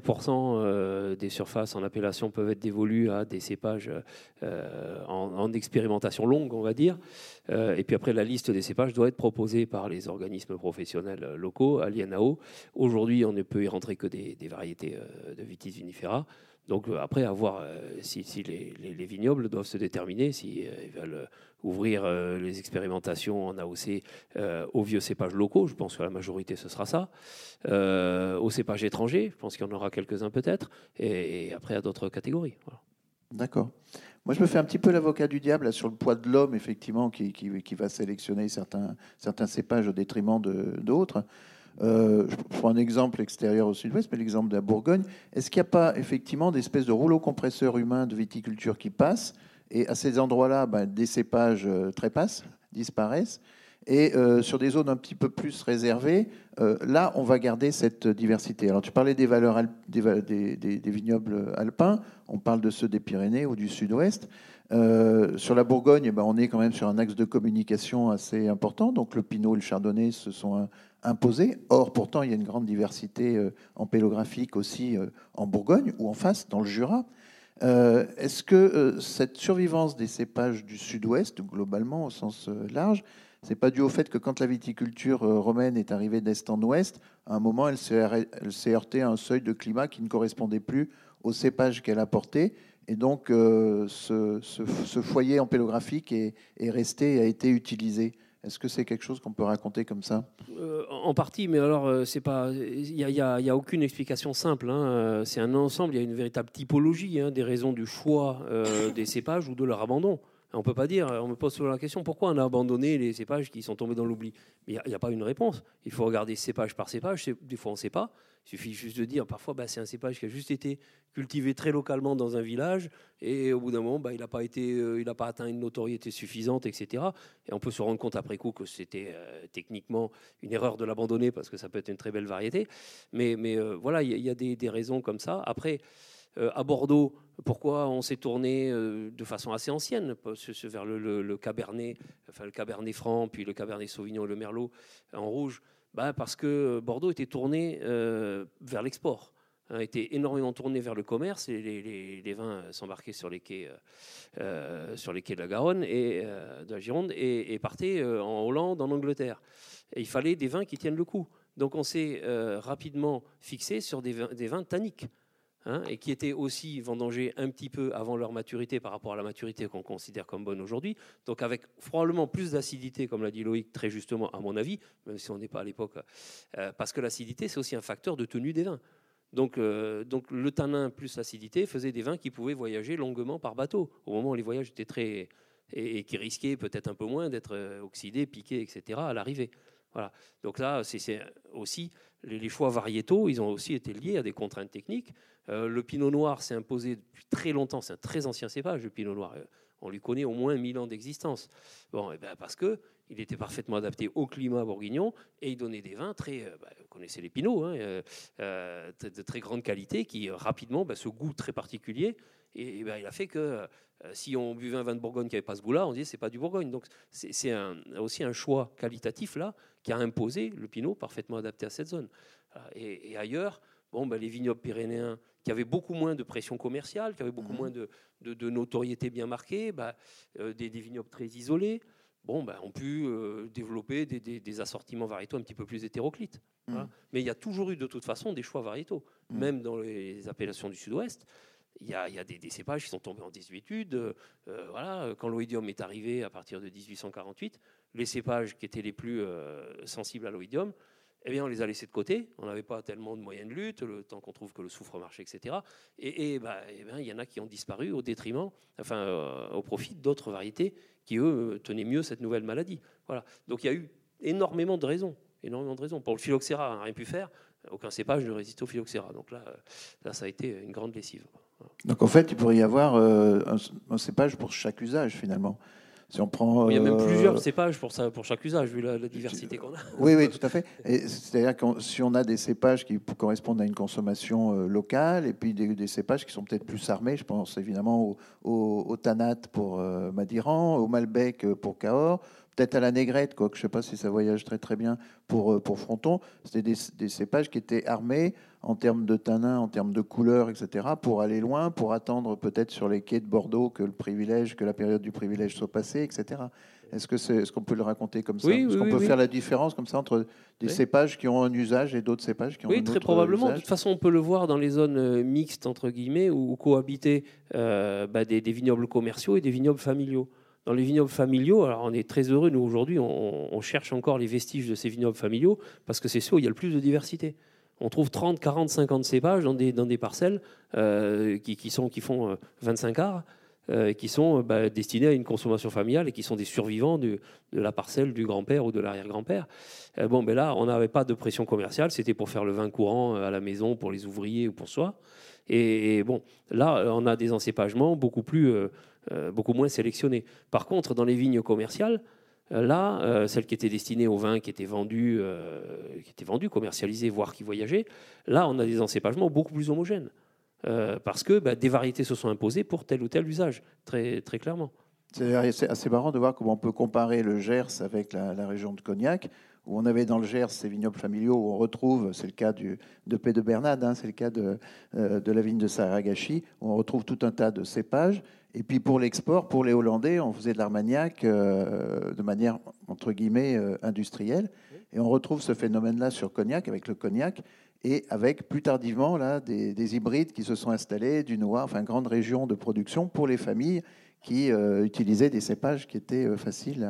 5% des surfaces en appellation peuvent être dévolues à des cépages en expérimentation longue, on va dire. Et puis après, la liste des cépages doit être proposée par les organismes professionnels locaux à l'INAO. Aujourd'hui, on ne peut y rentrer que des variétés de Vitis vinifera. Donc après, à voir si les vignobles doivent se déterminer s'ils veulent ouvrir les expérimentations en AOC aux vieux cépages locaux. Je pense que la majorité, ce sera ça. Aux cépages étrangers, je pense qu'il y en aura quelques-uns peut-être. Et après, à d'autres catégories. Voilà. D'accord. Moi, je me fais un petit peu l'avocat du diable là, sur le poids de l'homme, effectivement, qui va sélectionner certains cépages au détriment d'autres. Je prends un exemple extérieur au sud-ouest, mais l'exemple de la Bourgogne. Est-ce qu'il n'y a pas effectivement des espèces de rouleaux compresseurs humains de viticulture qui passent, et à ces endroits-là, des cépages trépassent, disparaissent, et sur des zones un petit peu plus réservées, là, on va garder cette diversité. Alors, tu parlais des valeurs des vignobles alpins, on parle de ceux des Pyrénées ou du sud-ouest. Sur la Bourgogne, on est quand même sur un axe de communication assez important. Donc, le Pinot et le Chardonnay se sont imposés. Or, pourtant, il y a une grande diversité ampélographique aussi en Bourgogne ou en face, dans le Jura. Est-ce que cette survivance des cépages du sud-ouest, globalement, au sens large, c'est pas dû au fait que quand la viticulture romaine est arrivée d'est en ouest, à un moment, elle s'est heurtée à un seuil de climat qui ne correspondait plus aux cépages qu'elle apportait. Et donc, ce foyer ampélographique est resté et a été utilisé. Est-ce que c'est quelque chose qu'on peut raconter comme ça ? En partie, mais alors, c'est pas. Il y a aucune explication simple. C'est un ensemble, il y a une véritable typologie des raisons du choix des cépages ou de leur abandon. On peut pas dire, on me pose souvent la question, pourquoi on a abandonné les cépages qui sont tombés dans l'oubli ? Mais il n'y a pas une réponse. Il faut regarder cépage par cépage. Des fois, on ne sait pas. Il suffit juste de dire, parfois, c'est un cépage qui a juste été cultivé très localement dans un village et au bout d'un moment, il n'a pas atteint une notoriété suffisante, etc. Et on peut se rendre compte après coup que c'était techniquement une erreur de l'abandonner parce que ça peut être une très belle variété. Mais voilà, il y a des raisons comme ça. Après, à Bordeaux, pourquoi on s'est tourné de façon assez ancienne vers le Cabernet, enfin le Cabernet Franc, puis le Cabernet Sauvignon et le Merlot en rouge, parce que Bordeaux était tourné vers l'export, était énormément tourné vers le commerce, et les vins s'embarquaient sur les quais de la Garonne et de la Gironde et partaient en Hollande, en Angleterre. Et il fallait des vins qui tiennent le coup. Donc on s'est rapidement fixé sur des vins tanniques. Et qui étaient aussi vendangés un petit peu avant leur maturité par rapport à la maturité qu'on considère comme bonne aujourd'hui. Donc avec probablement plus d'acidité, comme l'a dit Loïc très justement, à mon avis, même si on n'est pas à l'époque, parce que l'acidité, c'est aussi un facteur de tenue des vins. Donc le tanin plus l'acidité faisait des vins qui pouvaient voyager longuement par bateau, au moment où les voyages étaient très... et qui risquaient peut-être un peu moins d'être oxydés, piqués, etc. à l'arrivée. Voilà. Donc là, c'est aussi... Les choix variétaux, ils ont aussi été liés à des contraintes techniques. Le pinot noir s'est imposé depuis très longtemps. C'est un très ancien cépage, le pinot noir. On lui connaît au moins 1000 ans d'existence. Parce qu'il était parfaitement adapté au climat bourguignon et il donnait des vins très... vous connaissez les pinots, de très grande qualité qui, rapidement, ce goût très particulier. Et il a fait que si on buvait un vin de Bourgogne qui n'avait pas ce goût-là, on disait c'est pas du Bourgogne. Donc c'est aussi un choix qualitatif là qui a imposé le pinot parfaitement adapté à cette zone. Et ailleurs, les vignobles pyrénéens qui avaient beaucoup moins de pression commerciale, qui avaient beaucoup moins de notoriété bien marquée, des vignobles très isolés, ont pu développer des assortiments variétaux un petit peu plus hétéroclites. Voilà. Mais il y a toujours eu de toute façon des choix variétaux, même dans les appellations du sud-ouest. Il y a des cépages qui sont tombés en désuétude. Quand l'oïdium est arrivé à partir de 1848, les cépages qui étaient les plus sensibles à l'oïdium, eh bien, on les a laissés de côté. On n'avait pas tellement de moyens de lutte, le temps qu'on trouve que le soufre marche, etc. Et il y en a qui ont disparu au détriment, au profit d'autres variétés qui, eux, tenaient mieux cette nouvelle maladie. Voilà. Donc il y a eu énormément de raisons. Pour le phylloxéra, on n'a rien pu faire. Aucun cépage ne résiste au phylloxéra. Donc là, ça a été une grande lessive. Voilà. Donc en fait, il pourrait y avoir un cépage pour chaque usage, finalement. Si on prend, il y a même plusieurs cépages pour chaque usage, vu la diversité qu'on a. Oui, tout à fait. C'est-à-dire que si on a des cépages qui correspondent à une consommation locale, et puis des cépages qui sont peut-être plus armés, je pense évidemment au Tanat pour Madiran, au Malbec pour Cahors, peut-être à la Négrette, quoi, que je ne sais pas si ça voyage très très bien pour Fronton. C'était des cépages qui étaient armés en termes de tanin, en termes de couleur, etc., pour aller loin, pour attendre peut-être sur les quais de Bordeaux que la période du privilège soit passée, etc. Est-ce qu'on peut le raconter comme ça? Est-ce qu'on peut faire la différence comme ça entre des cépages qui ont un usage et d'autres cépages qui ont un autre usage? Oui, très probablement. De toute façon, on peut le voir dans les zones mixtes, entre guillemets, où cohabitaient des vignobles commerciaux et des vignobles familiaux. Dans les vignobles familiaux, alors on est très heureux, nous aujourd'hui, on cherche encore les vestiges de ces vignobles familiaux, parce que c'est ceux où il y a le plus de diversité. On trouve 30, 40, 50 cépages dans des parcelles qui font 25 arts, qui sont destinés à une consommation familiale et qui sont des survivants de la parcelle du grand-père ou de l'arrière-grand-père. Là, on n'avait pas de pression commerciale, c'était pour faire le vin courant à la maison, pour les ouvriers ou pour soi. Là, on a des encépagements beaucoup moins sélectionnés. Par contre, dans les vignes commerciales, celles qui étaient destinées aux vins qui étaient vendus, commercialisés, voire qui voyageaient, là, on a des encépagements beaucoup plus homogènes. Parce que des variétés se sont imposées pour tel ou tel usage, très, très clairement. C'est assez marrant de voir comment on peut comparer le Gers avec la région de Cognac, où on avait dans le Gers ces vignobles familiaux où on retrouve, c'est le cas de Pé de Bernade, c'est le cas de la vigne de Saragashi, où on retrouve tout un tas de cépages. Et puis pour l'export, pour les Hollandais, on faisait de l'Armagnac de manière, entre guillemets, industrielle. Et on retrouve ce phénomène-là sur Cognac, avec le Cognac, et avec plus tardivement là, des hybrides qui se sont installés, du noir, grande région de production pour les familles qui utilisaient des cépages qui étaient faciles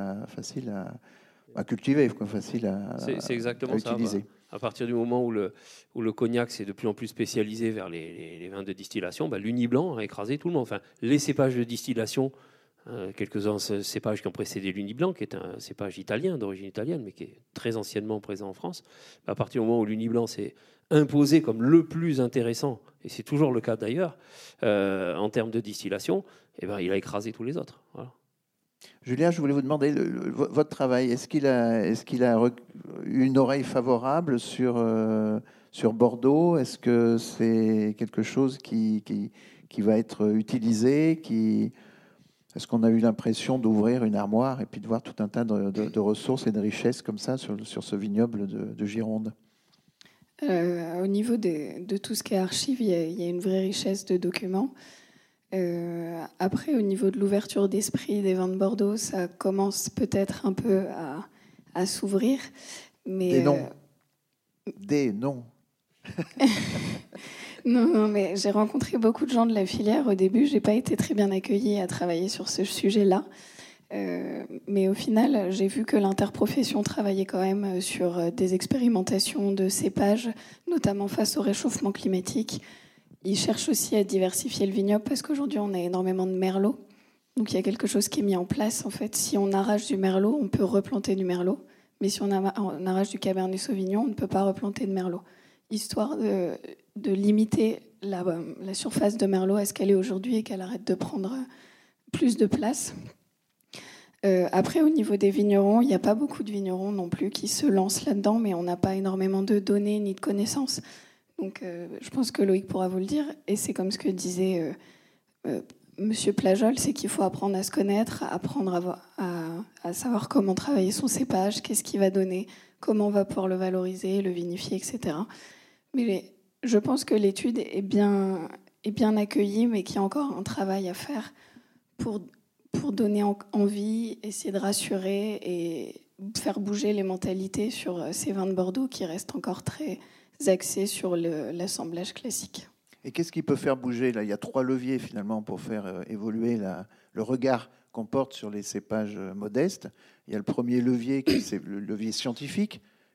à cultiver, faciles à utiliser. Ça, à partir du moment où le cognac s'est de plus en plus spécialisé vers les vins de distillation, l'Uni Blanc a écrasé tout le monde. Les cépages de distillation, quelques-uns cépages qui ont précédé l'Uni Blanc, qui est un cépage italien, d'origine italienne, mais qui est très anciennement présent en France. À partir du moment où l'Uni Blanc s'est imposé comme le plus intéressant, et c'est toujours le cas d'ailleurs, en termes de distillation, il a écrasé tous les autres. Voilà. Julien, je voulais vous demander, votre travail, est-ce qu'il a eu une oreille favorable sur Bordeaux? Est-ce que c'est quelque chose qui va être utilisé? Est-ce qu'on a eu l'impression d'ouvrir une armoire et puis de voir tout un tas de ressources et de richesses comme ça sur ce vignoble de Gironde? Au niveau de tout ce qui est archives, il y a une vraie richesse de documents. Après, au niveau de l'ouverture d'esprit des vins de Bordeaux, ça commence peut-être un peu à s'ouvrir. Mais, Des noms. Non, mais j'ai rencontré beaucoup de gens de la filière. Au début, je n'ai pas été très bien accueillie à travailler sur ce sujet-là. Mais au final, j'ai vu que l'interprofession travaillait quand même sur des expérimentations de cépages, notamment face au réchauffement climatique. Ils cherchent aussi à diversifier le vignoble parce qu'aujourd'hui, on a énormément de merlot. Donc, il y a quelque chose qui est mis en place. En fait, si on arrache du merlot, on peut replanter du merlot. Mais si on arrache du cabernet sauvignon, on ne peut pas replanter de merlot. Histoire de limiter la surface de merlot à ce qu'elle est aujourd'hui et qu'elle arrête de prendre plus de place. Après, au niveau des vignerons, il n'y a pas beaucoup de vignerons non plus qui se lancent là-dedans, mais on n'a pas énormément de données ni de connaissances. Donc, je pense que Loïc pourra vous le dire. Et c'est comme ce que disait Monsieur Plajol, c'est qu'il faut apprendre à se connaître, apprendre à savoir comment travailler son cépage, qu'est-ce qu'il va donner, comment on va pouvoir le valoriser, le vinifier, etc. Mais je pense que l'étude est bien accueillie, mais qu'il y a encore un travail à faire pour donner envie, essayer de rassurer et faire bouger les mentalités sur ces vins de Bordeaux qui restent encore très axés sur l'assemblage classique. Et qu'est-ce qui peut faire bouger là? Il y a 3 leviers finalement pour faire évoluer le regard qu'on porte sur les cépages modestes. Il y a le premier levier, c'est le levier scientifique.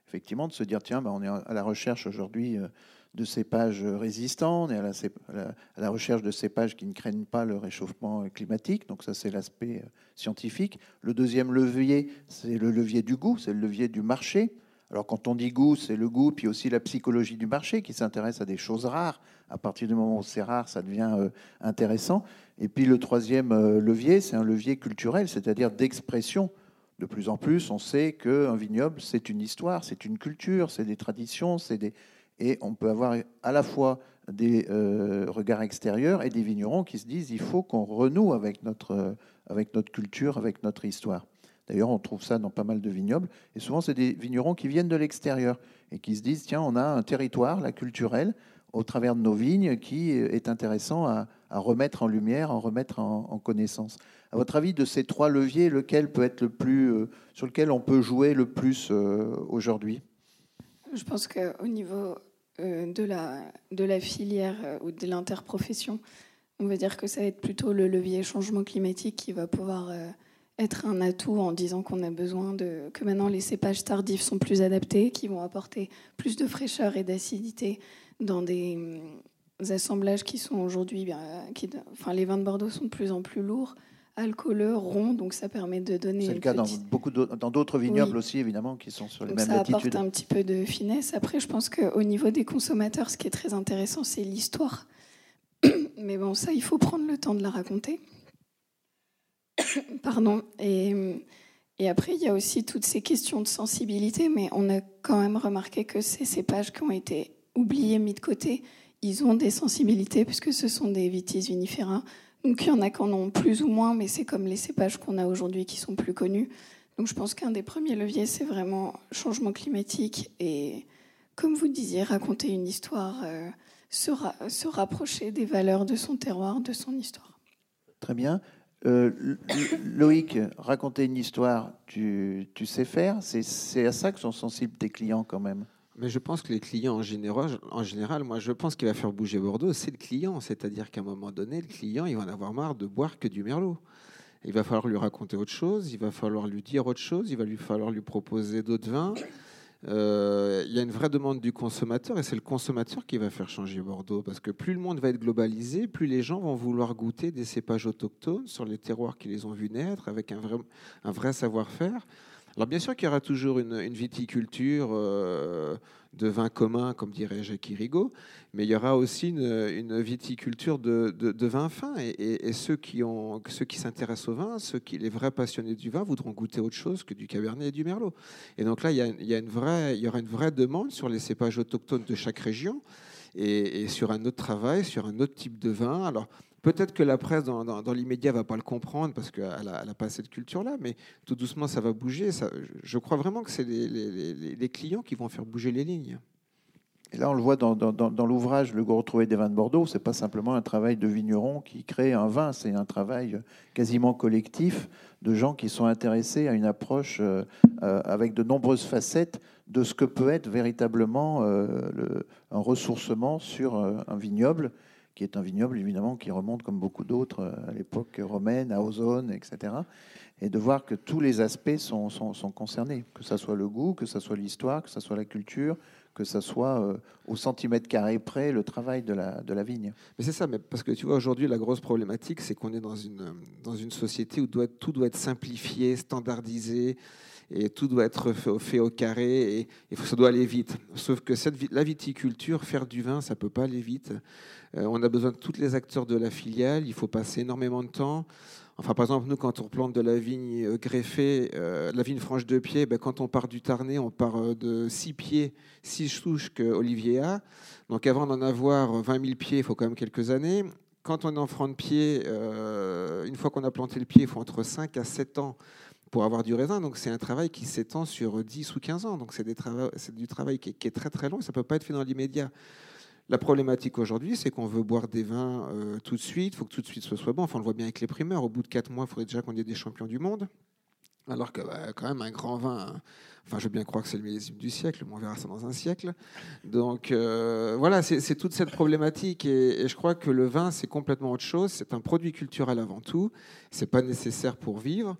effectivement, de se dire, tiens, on est à la recherche aujourd'hui de cépages résistants, on est à la recherche de cépages qui ne craignent pas le réchauffement climatique. Donc ça, c'est l'aspect scientifique. Le deuxième levier, c'est le levier du goût, c'est le levier du marché. Alors quand on dit goût, c'est le goût, puis aussi la psychologie du marché qui s'intéresse à des choses rares. À partir du moment où c'est rare, ça devient intéressant. Et puis le troisième levier, c'est un levier culturel, c'est-à-dire d'expression. De plus en plus, on sait qu'un vignoble, c'est une histoire, c'est une culture, c'est des traditions, et on peut avoir à la fois des regards extérieurs et des vignerons qui se disent il faut qu'on renoue avec notre culture, avec notre histoire. D'ailleurs, on trouve ça dans pas mal de vignobles. Et souvent, c'est des vignerons qui viennent de l'extérieur et qui se disent tiens, on a un territoire, la culturelle, au travers de nos vignes, qui est intéressant à remettre en lumière, à remettre en connaissance. À votre avis, de ces trois leviers, lequel peut être le plus, sur lequel on peut jouer le plus aujourd'hui ? Je pense qu'au niveau de la filière ou de l'interprofession, on va dire que ça va être plutôt le levier changement climatique qui va pouvoir être un atout en disant qu'on a besoin que maintenant les cépages tardifs sont plus adaptés, qui vont apporter plus de fraîcheur et d'acidité dans des assemblages qui sont aujourd'hui... les vins de Bordeaux sont de plus en plus lourds, alcooleux, ronds, donc ça permet de donner... C'est le cas dans d'autres vignobles aussi, évidemment, qui sont sur les mêmes latitudes. Ça apporte un petit peu de finesse. Après, je pense qu'au niveau des consommateurs, ce qui est très intéressant, c'est l'histoire. Mais bon, ça, il faut prendre le temps de la raconter. Pardon. Et après, il y a aussi toutes ces questions de sensibilité, mais on a quand même remarqué que ces cépages qui ont été oubliés, mis de côté, ils ont des sensibilités, puisque ce sont des vitis vinifera. Donc il y en a qui en ont plus ou moins, mais c'est comme les cépages qu'on a aujourd'hui qui sont plus connus. Donc je pense qu'un des premiers leviers, c'est vraiment changement climatique et, comme vous disiez, raconter une histoire, se rapprocher des valeurs de son terroir, de son histoire. Très bien. Loïc, raconter une histoire, tu sais faire. C'est à ça que sont sensibles tes clients quand même. Mais je pense que les clients en général, moi je pense qu'il va faire bouger Bordeaux, c'est le client. C'est-à-dire qu'à un moment donné, le client, il va en avoir marre de boire que du merlot. Il va falloir lui raconter autre chose, il va falloir lui dire autre chose, il va falloir lui proposer d'autres vins. Il y a une vraie demande du consommateur et c'est le consommateur qui va faire changer Bordeaux. Parce que plus le monde va être globalisé, plus les gens vont vouloir goûter des cépages autochtones sur les terroirs qui les ont vus naître avec un vrai savoir-faire. Alors bien sûr qu'il y aura toujours une viticulture de vin commun, comme dirait Jacques Rigaud, mais il y aura aussi une viticulture de vin fin. Et ceux qui s'intéressent au vin, les vrais passionnés du vin, voudront goûter autre chose que du Cabernet et du Merlot. Et donc là, il y aura une vraie demande sur les cépages autochtones de chaque région et sur un autre travail, sur un autre type de vin. Alors, peut-être que la presse, dans l'immédiat, ne va pas le comprendre parce qu'elle n'a pas cette culture-là, mais tout doucement, ça va bouger. Je crois vraiment que c'est les clients qui vont faire bouger les lignes. Et là, on le voit dans l'ouvrage Le goût retrouvé des vins de Bordeaux, ce n'est pas simplement un travail de vigneron qui crée un vin, c'est un travail quasiment collectif de gens qui sont intéressés à une approche avec de nombreuses facettes de ce que peut être véritablement un ressourcement sur un vignoble, qui est un vignoble, évidemment, qui remonte, comme beaucoup d'autres, à l'époque romaine, à Ozone, etc. Et de voir que tous les aspects sont concernés, que ce soit le goût, que ce soit l'histoire, que ce soit la culture, que ce soit au centimètre carré près le travail de la vigne. Mais c'est ça, mais parce que tu vois, aujourd'hui, la grosse problématique, c'est qu'on est dans une société où tout doit être simplifié, standardisé, et tout doit être fait au carré, et ça doit aller vite. Sauf que la viticulture, faire du vin, ça ne peut pas aller vite. On a besoin de tous les acteurs de la filiale, il faut passer énormément de temps. Enfin, par exemple, nous, quand on replante de la vigne greffée, la vigne franche de pied, quand on part du Tarnais, on part de 6 pieds, 6 souches que Olivier a. Donc avant d'en avoir 20 000 pieds, il faut quand même quelques années. Quand on est en franc de pied, une fois qu'on a planté le pied, il faut entre 5 à 7 ans pour avoir du raisin. Donc c'est un travail qui s'étend sur 10 ou 15 ans. Donc c'est du travail qui est très très long et ça ne peut pas être fait dans l'immédiat. La problématique aujourd'hui, c'est qu'on veut boire des vins tout de suite. Il faut que tout de suite ce soit bon. Enfin, on le voit bien avec les primeurs. Au bout de 4 mois, il faudrait déjà qu'on ait des champions du monde. Alors que quand même, un grand vin, enfin, je veux bien croire que c'est le millésime du siècle, mais on verra ça dans un siècle. Donc voilà, c'est toute cette problématique. Et je crois que le vin, c'est complètement autre chose. C'est un produit culturel avant tout. Ce n'est pas nécessaire pour vivre.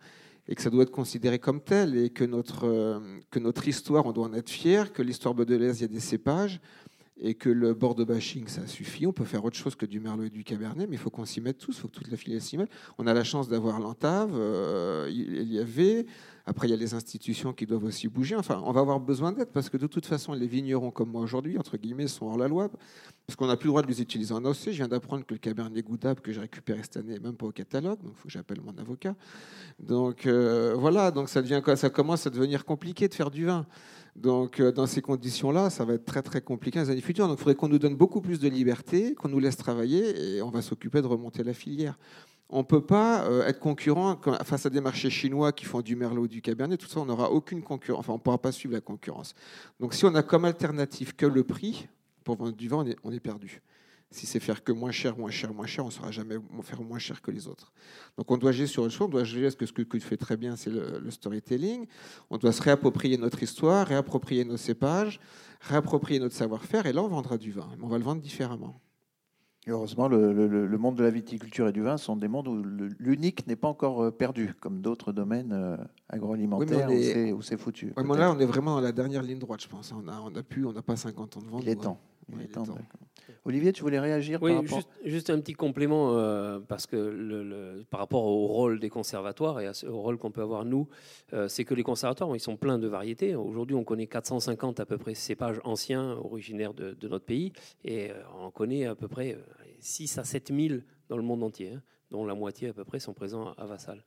et que ça doit être considéré comme tel, et que notre histoire, on doit en être fier, que l'histoire bordelaise, il y a des cépages, et que le Bordeaux bashing, ça suffit. On peut faire autre chose que du Merlot et du Cabernet, mais il faut qu'on s'y mette tous, il faut que toute la filière s'y mette. On a la chance d'avoir l'Antave, l'IFV. Après, il y a les institutions qui doivent aussi bouger. Enfin, on va avoir besoin d'aide, parce que de toute façon, les vignerons comme moi aujourd'hui, entre guillemets, sont hors la loi, parce qu'on n'a plus le droit de les utiliser en AOC. Je viens d'apprendre que le Cabernet Goudable que j'ai récupéré cette année n'est même pas au catalogue, donc il faut que j'appelle mon avocat. Donc voilà, donc ça commence à devenir compliqué de faire du vin. Donc, dans ces conditions-là, ça va être très, très compliqué dans les années futures. Donc, il faudrait qu'on nous donne beaucoup plus de liberté, qu'on nous laisse travailler, et on va s'occuper de remonter la filière. On ne peut pas être concurrent face à des marchés chinois qui font du Merlot, du Cabernet. Tout ça, on n'aura aucune concurrence. Enfin, on ne pourra pas suivre la concurrence. Donc, si on a comme alternative que le prix, pour vendre du vin, on est perdu. Si c'est faire que moins cher, on ne saura jamais faire moins cher que les autres. Donc on doit agir sur le choix, on doit agir, ce que tu fais très bien, c'est le storytelling. On doit se réapproprier notre histoire, réapproprier nos cépages, réapproprier notre savoir-faire, et là on vendra du vin. Mais on va le vendre différemment. Et heureusement, le monde de la viticulture et du vin sont des mondes où l'unique n'est pas encore perdu, comme d'autres domaines agroalimentaires où c'est foutu. Ouais, là, on est vraiment à la dernière ligne droite, je pense. On n'a pas 50 ans de vente. Il est temps. Olivier, tu voulais réagir Oui, par rapport... juste un petit complément, parce que par rapport au rôle des conservatoires et au rôle qu'on peut avoir nous, c'est que les conservatoires, ils sont pleins de variétés. Aujourd'hui, on connaît 450 à peu près cépages anciens originaires de notre pays, et on connaît à peu près 6 à 7 000 dans le monde entier, dont la moitié à peu près sont présents à Vassal.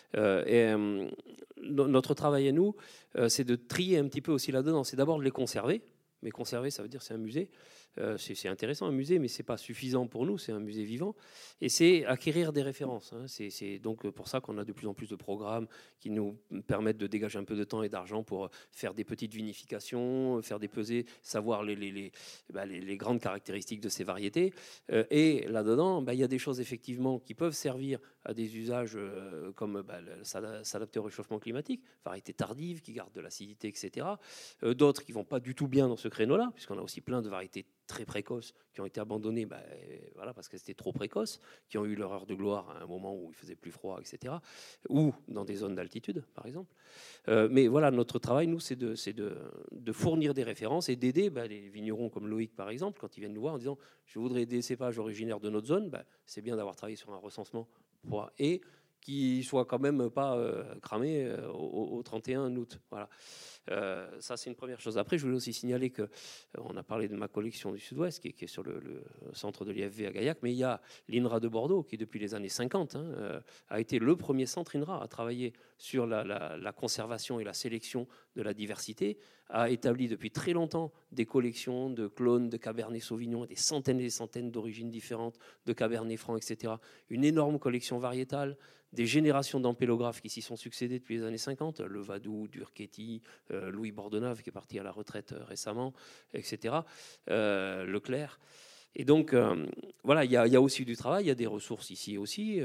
Notre travail à nous, c'est de trier un petit peu aussi là-dedans. C'est d'abord de les conserver. Mais conserver, ça veut dire c'est un musée. C'est intéressant un musée, mais ce n'est pas suffisant pour nous, c'est un musée vivant. Et c'est acquérir des références. C'est donc pour ça qu'on a de plus en plus de programmes qui nous permettent de dégager un peu de temps et d'argent pour faire des petites vinifications, faire des pesées, savoir les grandes caractéristiques de ces variétés. Et là-dedans, il y a des choses effectivement qui peuvent servir à des usages comme s'adapter au réchauffement climatique, variétés tardives qui gardent de l'acidité, etc. D'autres qui ne vont pas du tout bien dans ce créneau-là, puisqu'on a aussi plein de variétés très précoces qui ont été abandonnées parce que c'était trop précoce, qui ont eu leur heure de gloire à un moment où il faisait plus froid, etc. Ou dans des zones d'altitude, par exemple. Mais voilà, notre travail, nous, c'est de fournir des références et d'aider les vignerons comme Loïc, par exemple, quand ils viennent nous voir en disant « je voudrais des cépages originaires de notre zone », c'est bien d'avoir travaillé sur un recensement et qui soit quand même pas cramé au 31 août. Voilà. Ça, c'est une première chose. Après, je voulais aussi signaler qu'on a parlé de ma collection du Sud-Ouest, qui est sur le centre de l'IFV à Gaillac, mais il y a l'INRA de Bordeaux, qui depuis les années 50 a été le premier centre INRA à travailler sur la conservation et la sélection de la diversité, a établi depuis très longtemps des collections de clones de Cabernet Sauvignon, des centaines et des centaines d'origines différentes, de Cabernet Franc, etc. Une énorme collection variétale, des générations d'ampélographes qui s'y sont succédées depuis les années 50, Levadou, Durchetti, Louis Bordenave qui est parti à la retraite récemment, etc., Leclerc. Et donc, voilà, il y a aussi du travail, il y a des ressources ici aussi,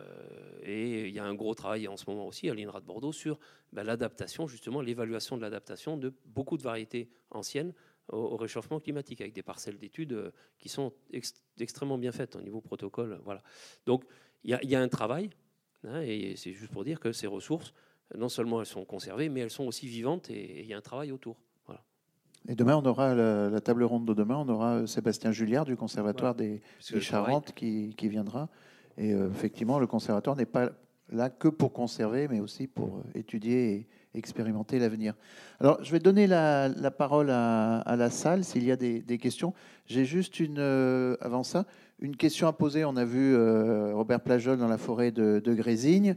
et il y a un gros travail en ce moment aussi à l'INRA de Bordeaux sur l'adaptation, justement, l'évaluation de l'adaptation de beaucoup de variétés anciennes au réchauffement climatique, avec des parcelles d'études qui sont extrêmement bien faites au niveau protocole. Voilà. Donc, il y a un travail, et c'est juste pour dire que ces ressources, non seulement elles sont conservées, mais elles sont aussi vivantes, et il y a un travail autour. Voilà. Et demain, on aura la table ronde de demain, on aura Sébastien Julliard du Conservatoire des Charentes qui viendra. Et effectivement, le Conservatoire n'est pas là que pour conserver, mais aussi pour étudier et expérimenter l'avenir. Alors, je vais donner la parole à la salle s'il y a des questions. J'ai juste avant ça, une question à poser. On a vu Robert Plajol dans la forêt de Grésigne.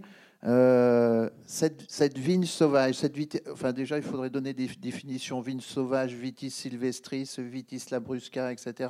Cette vigne sauvage, déjà il faudrait donner des définitions: vigne sauvage, vitis sylvestris, vitis labrusca, etc.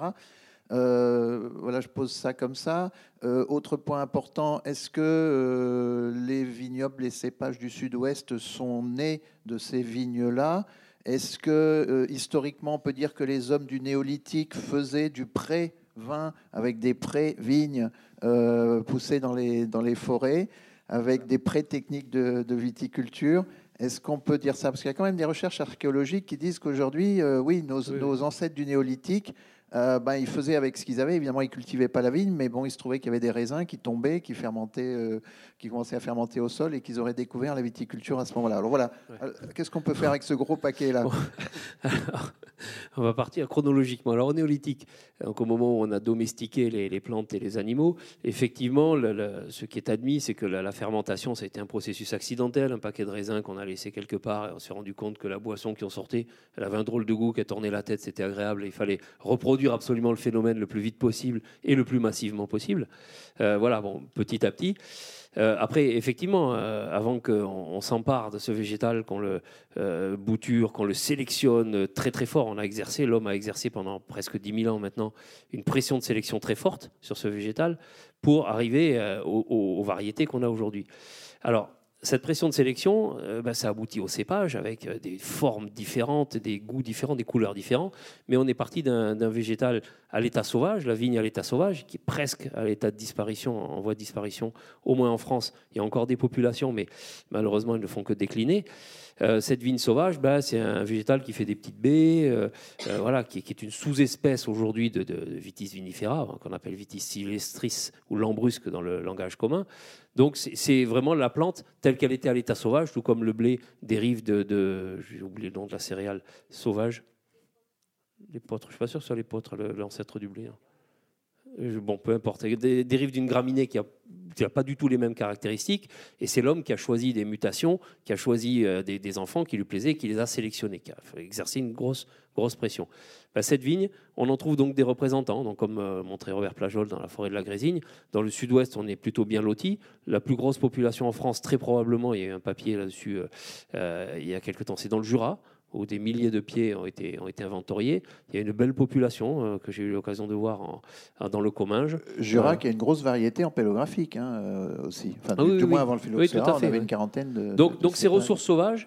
Voilà, je pose ça comme ça. Autre point important, est-ce que les vignobles, les cépages du Sud-Ouest sont nés de ces vignes-là? Est-ce que historiquement on peut dire que les hommes du néolithique faisaient du pré-vin avec des pré-vignes poussées dans les forêts, avec des pré-techniques de viticulture? Est-ce qu'on peut dire ça? Parce qu'il y a quand même des recherches archéologiques qui disent qu'aujourd'hui, nos ancêtres du néolithique Ils faisaient avec ce qu'ils avaient. Évidemment, ils cultivaient pas la vigne, mais bon, il se trouvait qu'il y avait des raisins qui tombaient, qui fermentaient, qui commençaient à fermenter au sol et qu'ils auraient découvert la viticulture à ce moment-là. Alors voilà, qu'est-ce qu'on peut faire avec ce gros paquet-là? Alors, on va partir chronologiquement. Alors, au néolithique, donc au moment où on a domestiqué les plantes et les animaux, effectivement, ce qui est admis, c'est que la fermentation, ça a été un processus accidentel, un paquet de raisins qu'on a laissé quelque part, et on s'est rendu compte que la boisson qui en sortait, elle avait un drôle de goût, qui a tourné la tête, c'était agréable, et il fallait reproduire absolument le phénomène le plus vite possible et le plus massivement possible. Voilà, bon, petit à petit. Après, effectivement, avant qu'on s'empare de ce végétal, qu'on le bouture, qu'on le sélectionne très très fort, l'homme a exercé pendant presque 10 000 ans maintenant une pression de sélection très forte sur ce végétal pour arriver aux variétés qu'on a aujourd'hui. Alors, cette pression de sélection, ça aboutit au cépage avec des formes différentes, des goûts différents, des couleurs différentes. Mais on est parti d'un végétal à l'état sauvage, la vigne à l'état sauvage, qui est presque à l'état de disparition, en voie de disparition, au moins en France. Il y a encore des populations, mais malheureusement, elles ne font que décliner. Cette vigne sauvage, c'est un végétal qui fait des petites baies, qui est une sous-espèce aujourd'hui de Vitis vinifera, qu'on appelle Vitis sylvestris ou lambrusque dans le langage commun. Donc c'est vraiment la plante telle qu'elle était à l'état sauvage, tout comme le blé dérive j'ai oublié le nom de la céréale sauvage. L'épeautre, je ne suis pas sûr que ce soit l'épeautre, l'ancêtre du blé. Bon, peu importe. Elle dérive d'une graminée qui n'a pas du tout les mêmes caractéristiques, et c'est l'homme qui a choisi des mutations, qui a choisi des enfants qui lui plaisaient, qui les a sélectionnés, qui a exercé une grosse pression. Cette vigne, on en trouve donc des représentants, donc comme montrait Robert Plajol dans la forêt de la Grésigne. Dans le sud-ouest, on est plutôt bien loti. La plus grosse population en France, très probablement, il y a eu un papier là-dessus il y a quelque temps, c'est dans le Jura, où des milliers de pieds ont été inventoriés. Il y a une belle population que j'ai eu l'occasion de voir dans le Comminges. Jura, qui a une grosse variété en pélographique aussi. Enfin, du moins avant le phylloxéra, on avait une quarantaine de... Donc ces ressources sauvages,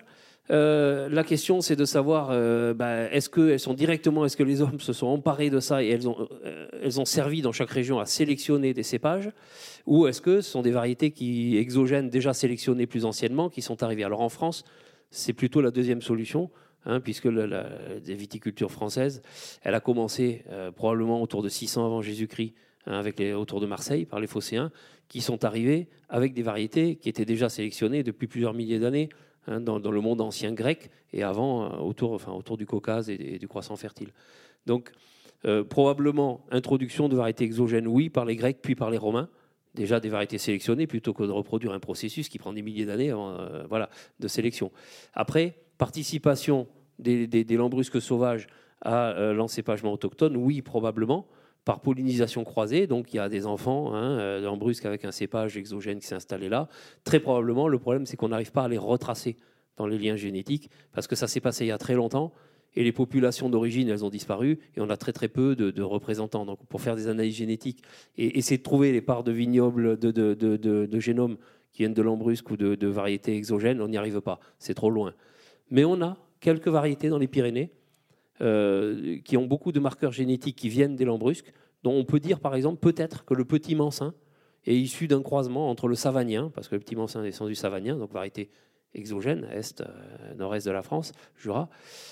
la question c'est de savoir est-ce que les hommes se sont emparés de ça et elles ont servi dans chaque région à sélectionner des cépages, ou est-ce que ce sont des variétés exogènes déjà sélectionnées plus anciennement qui sont arrivées? Alors en France, c'est plutôt la deuxième solution. Puisque la viticulture française, elle a commencé probablement autour de 600 avant Jésus-Christ, autour de Marseille, par les Phocéens, qui sont arrivés avec des variétés qui étaient déjà sélectionnées depuis plusieurs milliers d'années dans le monde ancien grec et avant, autour du Caucase et du croissant fertile. Donc, probablement, introduction de variétés exogènes, oui, par les Grecs, puis par les Romains. Déjà des variétés sélectionnées, plutôt que de reproduire un processus qui prend des milliers d'années de sélection. Après, participation des lambrusques sauvages à l'encépagement autochtone, oui, probablement, par pollinisation croisée. Donc, il y a des enfants de lambrusques avec un cépage exogène qui s'est installé là. Très probablement, le problème, c'est qu'on n'arrive pas à les retracer dans les liens génétiques, parce que ça s'est passé il y a très longtemps, et les populations d'origine, elles ont disparu, et on a très très peu de représentants. Donc, pour faire des analyses génétiques et essayer de trouver les parts de vignobles, de génomes qui viennent de lambrusques ou de variétés exogènes, on n'y arrive pas. C'est trop loin. Mais on a quelques variétés dans les Pyrénées qui ont beaucoup de marqueurs génétiques qui viennent des lambrusques, dont on peut dire, par exemple, peut-être que le petit mansin est issu d'un croisement entre le savagnin, parce que le petit mansin descend du savagnin, donc variété exogène, nord-est de la France, Jura,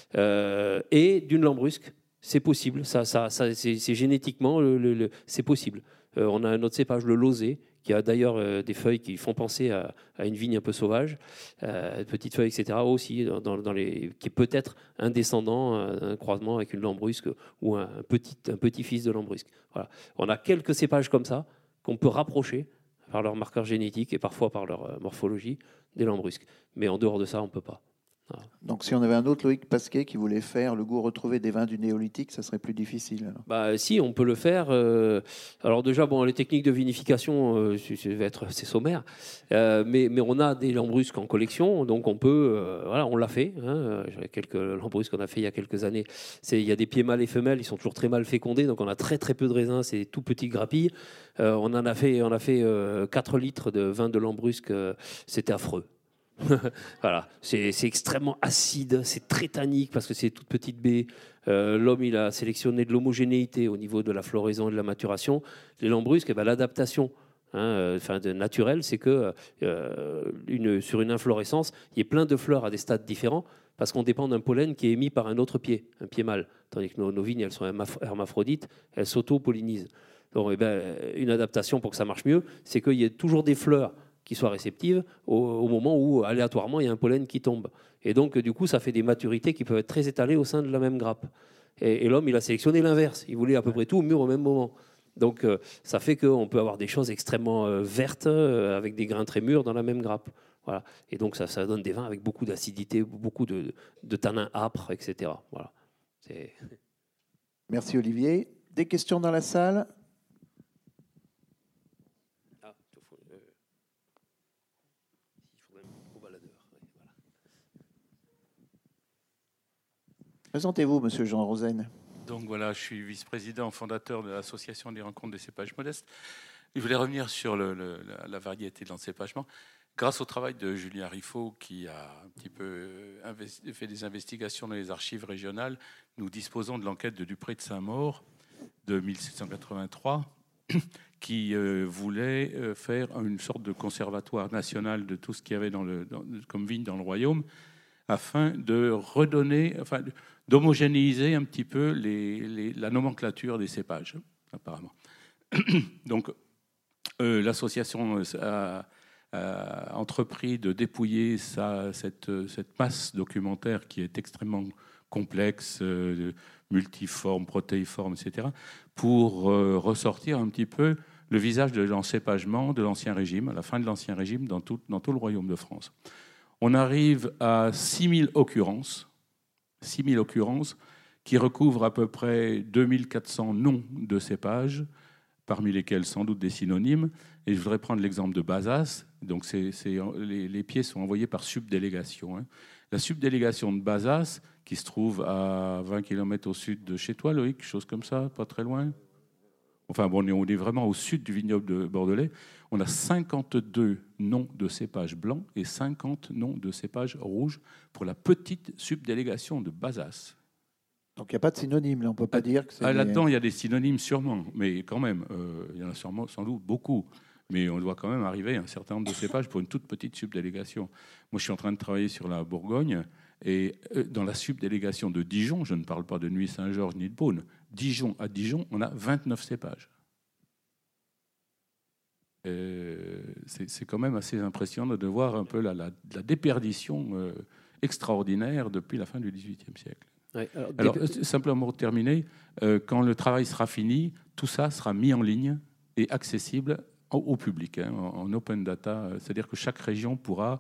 et d'une lambrusque. C'est possible, c'est génétiquement, c'est possible. On a un autre cépage, le lauzet, qui a d'ailleurs des feuilles qui font penser à une vigne un peu sauvage, petites feuilles, etc. aussi, qui est peut-être un descendant, un croisement avec une lambrusque ou un petit-fils de lambrusque. Voilà. On a quelques cépages comme ça qu'on peut rapprocher par leurs marqueurs génétiques et parfois par leur morphologie des lambrusques. Mais en dehors de ça, on ne peut pas. Voilà. Donc si on avait un autre Loïc Pasquet qui voulait faire le goût retrouvé des vins du néolithique, ça serait plus difficile alors. Si, on peut le faire. Alors déjà, les techniques de vinification, c'est sommaire, mais on a des lambrusques en collection, donc on peut, on l'a fait. J'avais quelques lambrusques qu'on a fait il y a quelques années. Il y a des pieds mâles et femelles, ils sont toujours très mal fécondés, donc on a très très peu de raisins, c'est des tout petites grappilles. On a fait 4 litres de vin de lambrusque, c'était affreux. Voilà, c'est extrêmement acide, c'est très tannique parce que c'est toute petite baie. L'homme, il a sélectionné de l'homogénéité au niveau de la floraison et de la maturation. Les lambrusques, l'adaptation naturel, c'est que sur une inflorescence, il y ait plein de fleurs à des stades différents, parce qu'on dépend d'un pollen qui est émis par un autre pied, un pied mâle. Tandis que nos vignes, elles sont hermaphrodites, elles s'auto-pollinisent. Donc, une adaptation pour que ça marche mieux, c'est qu'il y ait toujours des fleurs qui soient réceptives au moment où, aléatoirement, il y a un pollen qui tombe. Et donc, du coup, ça fait des maturités qui peuvent être très étalées au sein de la même grappe. Et l'homme, il a sélectionné l'inverse. Il voulait à peu près tout mûr au même moment. Donc, ça fait qu'on peut avoir des choses extrêmement vertes, avec des grains très mûrs dans la même grappe. Voilà. Et donc, ça donne des vins avec beaucoup d'acidité, beaucoup de tanins âpres, etc. Voilà. Merci Olivier. Des questions dans la salle? Présentez-vous, Monsieur Jean Rosen. Donc voilà, je suis vice-président fondateur de l'association des rencontres des cépages modestes. Je voulais revenir sur la variété de l'encépagement. Grâce au travail de Julien Riffaut, qui a un petit peu fait des investigations dans les archives régionales, nous disposons de l'enquête de Dupré de Saint-Maur de 1783, qui voulait faire une sorte de conservatoire national de tout ce qu'il y avait comme vigne dans le royaume, afin de redonner, d'homogénéiser un petit peu la nomenclature des cépages, apparemment. Donc, l'association a entrepris de dépouiller cette masse documentaire qui est extrêmement complexe, multiforme, protéiforme, etc., pour ressortir un petit peu le visage de l'encépagement de l'Ancien Régime, à la fin de l'Ancien Régime, dans tout le royaume de France. On arrive à 6000 occurrences qui recouvrent à peu près 2400 noms de cépages, parmi lesquels sans doute des synonymes. Et je voudrais prendre l'exemple de Bazas. Donc les pieds sont envoyés par subdélégation. La subdélégation de Bazas, qui se trouve à 20 km au sud de chez toi, Loïc, chose comme ça, pas très loin. Enfin, bon, on est vraiment au sud du vignoble de Bordelais. On a 52 noms de cépages blancs et 50 noms de cépages rouges pour la petite subdélégation de Bazas. Donc il n'y a pas de synonyme, là, on ne peut pas dire que c'est... Là-dedans, il y a des synonymes sûrement, mais quand même, il y en a sûrement, sans doute beaucoup. Mais on doit quand même arriver à un certain nombre de cépages pour une toute petite subdélégation. Moi, je suis en train de travailler sur la Bourgogne, et dans la subdélégation de Dijon, je ne parle pas de Nuits-Saint-Georges ni de Beaune, à Dijon, on a 29 cépages. C'est quand même assez impressionnant de voir un peu la déperdition extraordinaire depuis la fin du XVIIIe siècle. Ouais, alors, simplement pour terminer, quand le travail sera fini, tout ça sera mis en ligne et accessible au public, en open data. C'est-à-dire que chaque région pourra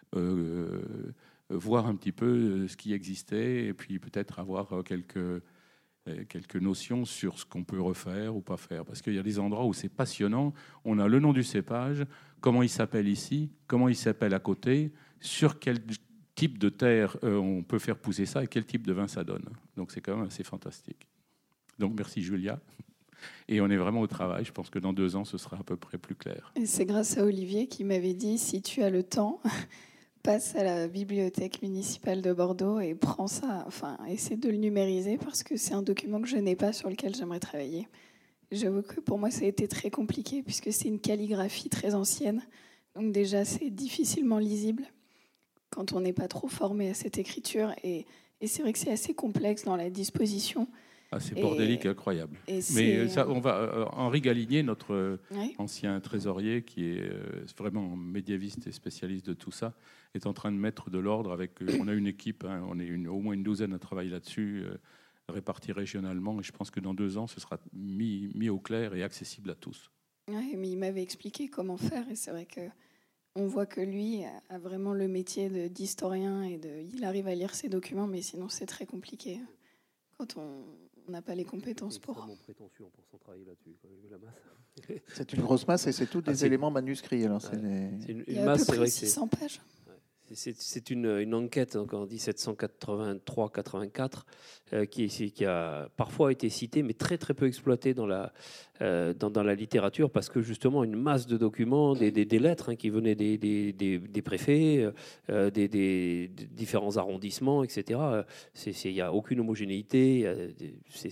voir un petit peu ce qui existait et puis peut-être avoir quelques notions sur ce qu'on peut refaire ou pas faire. Parce qu'il y a des endroits où c'est passionnant. On a le nom du cépage, comment il s'appelle ici, comment il s'appelle à côté, sur quel type de terre on peut faire pousser ça et quel type de vin ça donne. Donc c'est quand même assez fantastique. Donc merci Julia. Et on est vraiment au travail. Je pense que dans 2 ans, ce sera à peu près plus clair. Et c'est grâce à Olivier qui m'avait dit, si tu as le temps, passe à la bibliothèque municipale de Bordeaux et prends ça, essaie de le numériser parce que c'est un document que je n'ai pas, sur lequel j'aimerais travailler. J'avoue que pour moi, ça a été très compliqué puisque c'est une calligraphie très ancienne. Donc déjà, c'est difficilement lisible quand on n'est pas trop formé à cette écriture. Et c'est vrai que c'est assez complexe dans la disposition. Ah, c'est bordélique, incroyable. Mais ça, on va Henri Galigné, notre ancien trésorier, qui est vraiment médiéviste et spécialiste de tout ça, est en train de mettre de l'ordre avec. On a une équipe, on est au moins une douzaine à travailler là-dessus, répartis régionalement. Et je pense que dans 2 ans, ce sera mis au clair et accessible à tous. Oui, mais il m'avait expliqué comment faire, et c'est vrai que on voit que lui a vraiment le métier d'historien et il arrive à lire ses documents, mais sinon c'est très compliqué quand on n'a pas les compétences pour. C'est prétentieux pour s'en travailler là-dessus. La masse. C'est une grosse masse et c'est tous des éléments manuscrits. Alors il y a à peu près 600 pages. C'est une enquête en 1783-84 qui a parfois été citée, mais très très peu exploitée dans la littérature, parce que justement une masse de documents, des lettres qui venaient des préfets, des différents arrondissements, etc. Il n'y a aucune homogénéité, c'est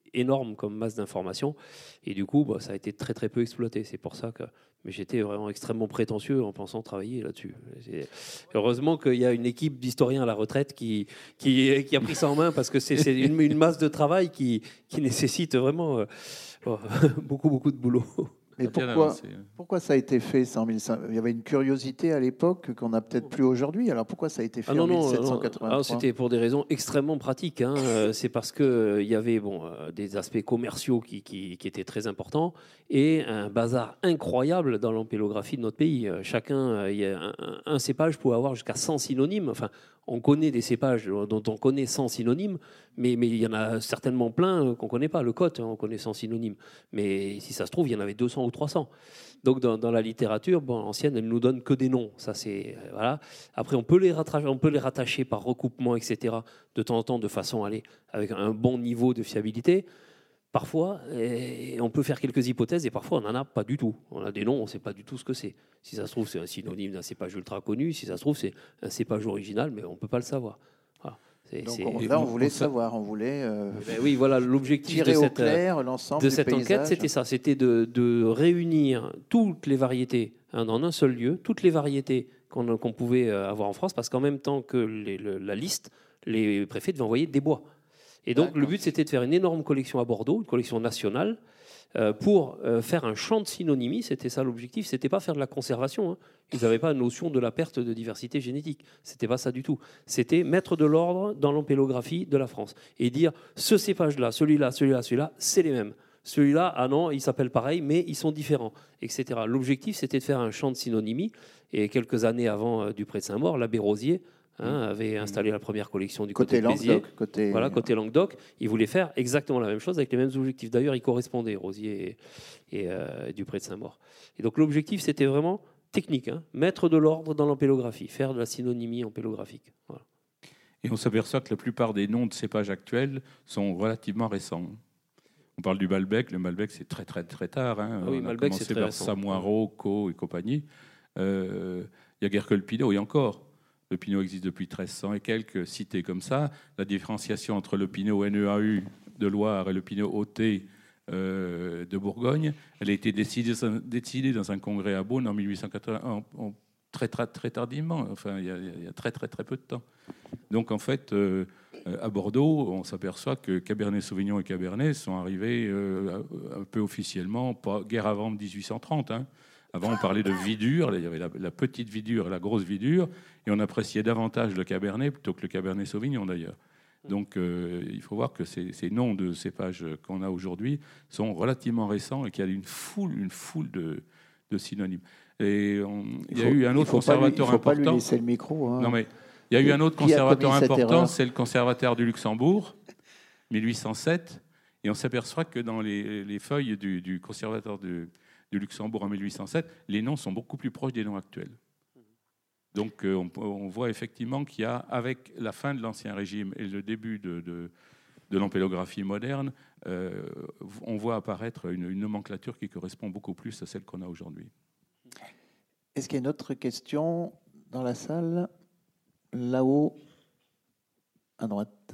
énorme comme masse d'informations. Et du coup, ça a été très très peu exploité. C'est pour ça que... Mais j'étais vraiment extrêmement prétentieux en pensant travailler là-dessus. Heureusement qu'il y a une équipe d'historiens à la retraite qui a pris ça en main, parce que c'est une masse de travail qui nécessite vraiment beaucoup de boulot. Mais pourquoi ça a été fait ça en 1700 ? Il y avait une curiosité à l'époque qu'on n'a peut-être plus aujourd'hui. Alors pourquoi ça a été fait en 1783 ? Alors, c'était pour des raisons extrêmement pratiques. C'est parce qu'il y avait des aspects commerciaux qui étaient très importants et un bazar incroyable dans l'ampélographie de notre pays. Chacun, il y a un cépage pouvait avoir jusqu'à 100 synonymes. Enfin, on connaît des cépages dont on connaît 100 synonymes, mais il y en a certainement plein qu'on ne connaît pas. Le Côte, on connaît 100 synonymes. Mais si ça se trouve, il y en avait 200 ou 300. Donc dans la littérature ancienne, elle ne nous donne que des noms. Ça, c'est, voilà. Après, on peut les rattacher par recoupement, etc., de temps en temps, de façon à aller avec un bon niveau de fiabilité. Parfois, on peut faire quelques hypothèses et parfois, on n'en a pas du tout. On a des noms, on ne sait pas du tout ce que c'est. Si ça se trouve, c'est un synonyme d'un cépage ultra connu. Si ça se trouve, c'est un cépage original, mais on ne peut pas le savoir. Voilà. Donc là, on voulait savoir, on voulait oui, voilà, l'objectif tirer au clair l'ensemble de cette enquête, c'était ça, c'était de réunir toutes les variétés dans un seul lieu, toutes les variétés qu'on pouvait avoir en France, parce qu'en même temps que la liste, les préfets devaient envoyer des bois. Et donc, le but, c'était de faire une énorme collection à Bordeaux, une collection nationale, pour faire un champ de synonymie. C'était ça l'objectif. C'était pas faire de la conservation. Ils n'avaient pas la notion de la perte de diversité génétique. C'était pas ça du tout. C'était mettre de l'ordre dans l'ampélographie de la France et dire ce cépage-là, celui-là, c'est les mêmes. Celui-là, ah non, il s'appelle pareil, mais ils sont différents, etc. L'objectif, c'était de faire un champ de synonymie. Et quelques années avant Dupré de Saint-Maur, l'abbé Rosier avait installé la première collection du côté de Béziers. Côté Languedoc. Il voulait faire exactement la même chose avec les mêmes objectifs. D'ailleurs, ils correspondaient, Rosier et Dupré de Saint-Maur. Et donc l'objectif, c'était vraiment technique, mettre de l'ordre dans l'ampélographie, faire de la synonymie ampélographique. Voilà. Et on s'aperçoit que la plupart des noms de cépages actuels sont relativement récents. On parle du Malbec. Le Malbec, c'est très très très tard. Oui, on Malbec, a commencé c'est très vers récent. Samoiro, Co et compagnie. Il y a guère que le Pinot, et encore. Le Pinot existe depuis 1300 et quelques, cités comme ça. La différenciation entre le Pinot NEAU de Loire et le Pinot OT de Bourgogne, elle a été décidée dans un congrès à Beaune en 1880, très tardivement, enfin il y a très peu de temps. Donc en fait, à Bordeaux, on s'aperçoit que Cabernet Sauvignon et Cabernet sont arrivés un peu officiellement, pas guère avant 1830. Avant, on parlait de vidure, il y avait la petite vidure et la grosse vidure, et on appréciait davantage le Cabernet plutôt que le Cabernet Sauvignon d'ailleurs. Donc il faut voir que ces noms de cépages qu'on a aujourd'hui sont relativement récents et qu'il y a une foule de synonymes. Et il y a eu un autre conservateur important. Il ne faut pas lui laisser le micro. Non, mais il y a eu un autre conservateur important, c'est le conservateur du Luxembourg, 1807, et on s'aperçoit que dans les feuilles du conservateur du Luxembourg en 1807, les noms sont beaucoup plus proches des noms actuels. Donc on voit effectivement qu'il y a, avec la fin de l'Ancien Régime et le début de l'ampélographie moderne, on voit apparaître une nomenclature qui correspond beaucoup plus à celle qu'on a aujourd'hui. Est-ce qu'il y a une autre question dans la salle ? Là-haut, à droite.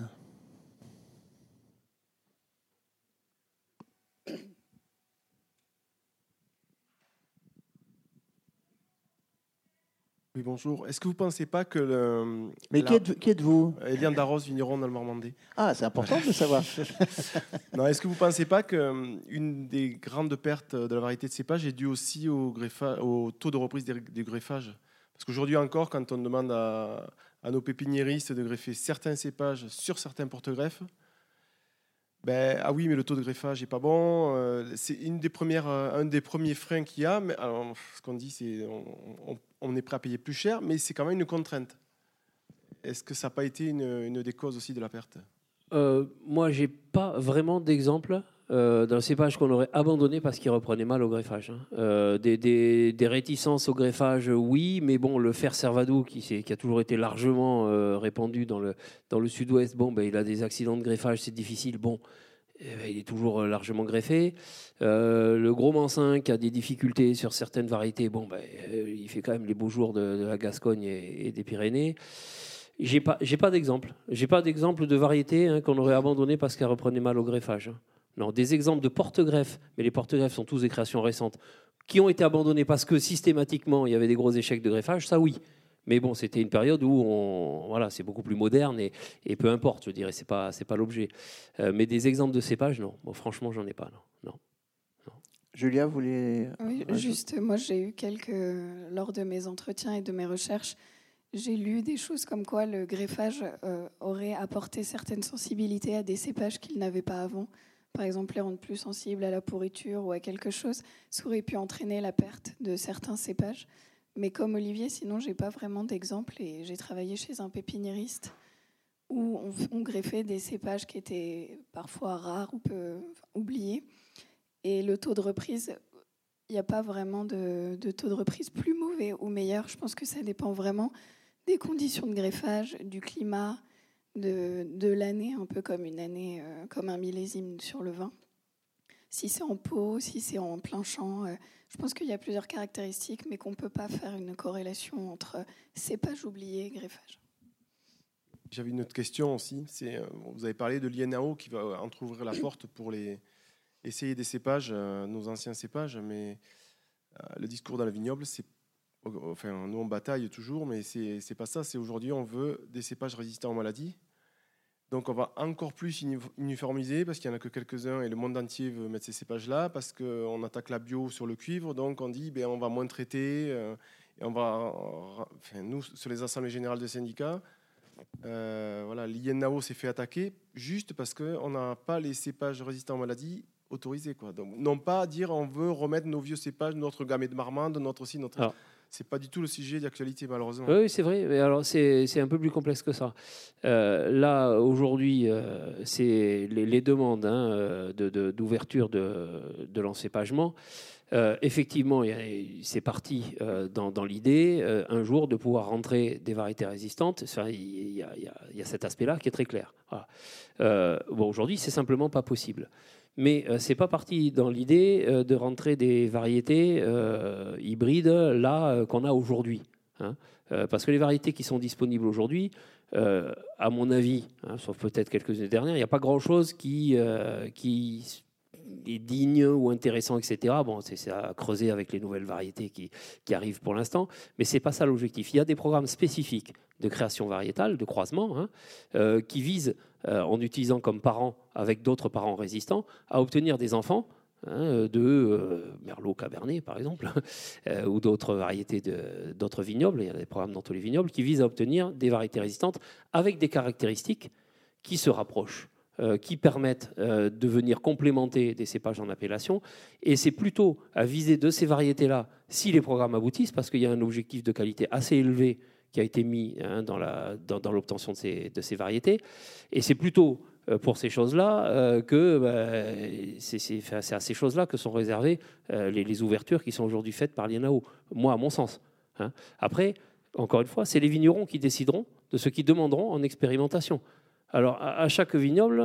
Oui, bonjour. Est-ce que vous ne pensez pas que Mais qui êtes-vous ? Eliane Darros, vigneron dans le Normandie. Ah, c'est important de le savoir. Non, est-ce que vous ne pensez pas qu'une des grandes pertes de la variété de cépage est due aussi au taux de reprise du greffage ? Parce qu'aujourd'hui encore, quand on demande à nos pépiniéristes de greffer certains cépages sur certains porte-greffes, ah oui, mais le taux de greffage n'est pas bon. C'est un des premiers freins qu'il y a. Mais alors, ce qu'on dit, c'est on est prêt à payer plus cher, mais c'est quand même une contrainte. Est-ce que ça n'a pas été une des causes aussi de la perte ? Moi, je n'ai pas vraiment d'exemple d'un cépage qu'on aurait abandonné parce qu'il reprenait mal au greffage. Des réticences au greffage, oui, mais bon, le fer Servadou, qui a toujours été largement répandu dans le sud-ouest, il a des accidents de greffage, c'est difficile. Il est toujours largement greffé. Le gros Mansin qui a des difficultés sur certaines variétés, il fait quand même les beaux jours de la Gascogne et des Pyrénées. J'ai pas d'exemple. J'ai pas d'exemple de variété qu'on aurait abandonné parce qu'elle reprenait mal au greffage. Non, des exemples de porte-greffes, mais les porte-greffes sont tous des créations récentes, qui ont été abandonnés parce que systématiquement il y avait des gros échecs de greffage, ça oui. Mais bon, c'était une période où voilà, c'est beaucoup plus moderne et peu importe, je dirais, c'est pas l'objet. Mais des exemples de cépages, non. Bon, franchement, j'en ai pas, non. Julia, vous voulez... Oui, juste, moi j'ai eu lors de mes entretiens et de mes recherches, j'ai lu des choses comme quoi le greffage aurait apporté certaines sensibilités à des cépages qu'ils n'avaient pas avant. Par exemple, les rendre plus sensibles à la pourriture ou à quelque chose, ça aurait pu entraîner la perte de certains cépages. Mais comme Olivier, sinon, j'ai pas vraiment d'exemple. Et j'ai travaillé chez un pépiniériste où on greffait des cépages qui étaient parfois rares ou peu oubliés. Et le taux de reprise, il n'y a pas vraiment de taux de reprise plus mauvais ou meilleur. Je pense que ça dépend vraiment des conditions de greffage, du climat, de l'année, un peu comme une année, comme un millésime sur le vin. Si c'est en pot, si c'est en plein champ, je pense qu'il y a plusieurs caractéristiques, mais qu'on ne peut pas faire une corrélation entre cépage oublié et greffage. J'avais une autre question aussi. Vous avez parlé de l'INAO qui va entrouvrir la porte pour essayer des cépages, nos anciens cépages, mais le discours dans le vignoble, enfin, nous on bataille toujours, mais c'est pas ça. C'est aujourd'hui on veut des cépages résistants aux maladies. Donc on va encore plus uniformiser parce qu'il n'y en a que quelques-uns et le monde entier veut mettre ces cépages-là parce qu'on attaque la bio sur le cuivre. Donc on dit on va moins traiter et on va, nous sur les assemblées générales des syndicats, voilà, l'INAO s'est fait attaquer juste parce qu'on n'a pas les cépages résistants aux maladies autorisés, quoi. Donc non pas dire on veut remettre nos vieux cépages, notre gamay de marmande, notre ci, notre... C'est pas du tout le sujet d'actualité, malheureusement. Oui, c'est vrai. Mais alors, c'est un peu plus complexe que ça. Là, aujourd'hui, c'est les demandes d'ouverture de l'encépagement. Effectivement, c'est parti dans l'idée, un jour, de pouvoir rentrer des variétés résistantes. Enfin, il y a cet aspect-là qui est très clair. Voilà. Bon, aujourd'hui, c'est simplement pas possible. Mais c'est pas parti dans l'idée de rentrer des variétés hybrides là qu'on a aujourd'hui. Parce que les variétés qui sont disponibles aujourd'hui, à mon avis, sauf peut-être quelques-unes dernières, il n'y a pas grand-chose qui est digne ou intéressant, etc. Bon, c'est à creuser avec les nouvelles variétés qui arrivent pour l'instant, mais c'est pas ça l'objectif. Il y a des programmes spécifiques de création variétale, de croisement, qui visent, en utilisant comme parents, avec d'autres parents résistants, à obtenir des enfants de Merlot Cabernet, par exemple, ou d'autres variétés d'autres vignobles. Il y a des programmes dans tous les vignobles qui visent à obtenir des variétés résistantes avec des caractéristiques qui se rapprochent, qui permettent de venir complémenter des cépages en appellation. Et c'est plutôt à viser de ces variétés-là, si les programmes aboutissent, parce qu'il y a un objectif de qualité assez élevé qui a été mis dans l'obtention de ces variétés. Et c'est plutôt pour ces choses-là c'est à ces choses-là que sont réservées les ouvertures qui sont aujourd'hui faites par l'INAO, moi, à mon sens. Après, encore une fois, c'est les vignerons qui décideront de ce qu'ils demanderont en expérimentation. Alors, à chaque vignoble,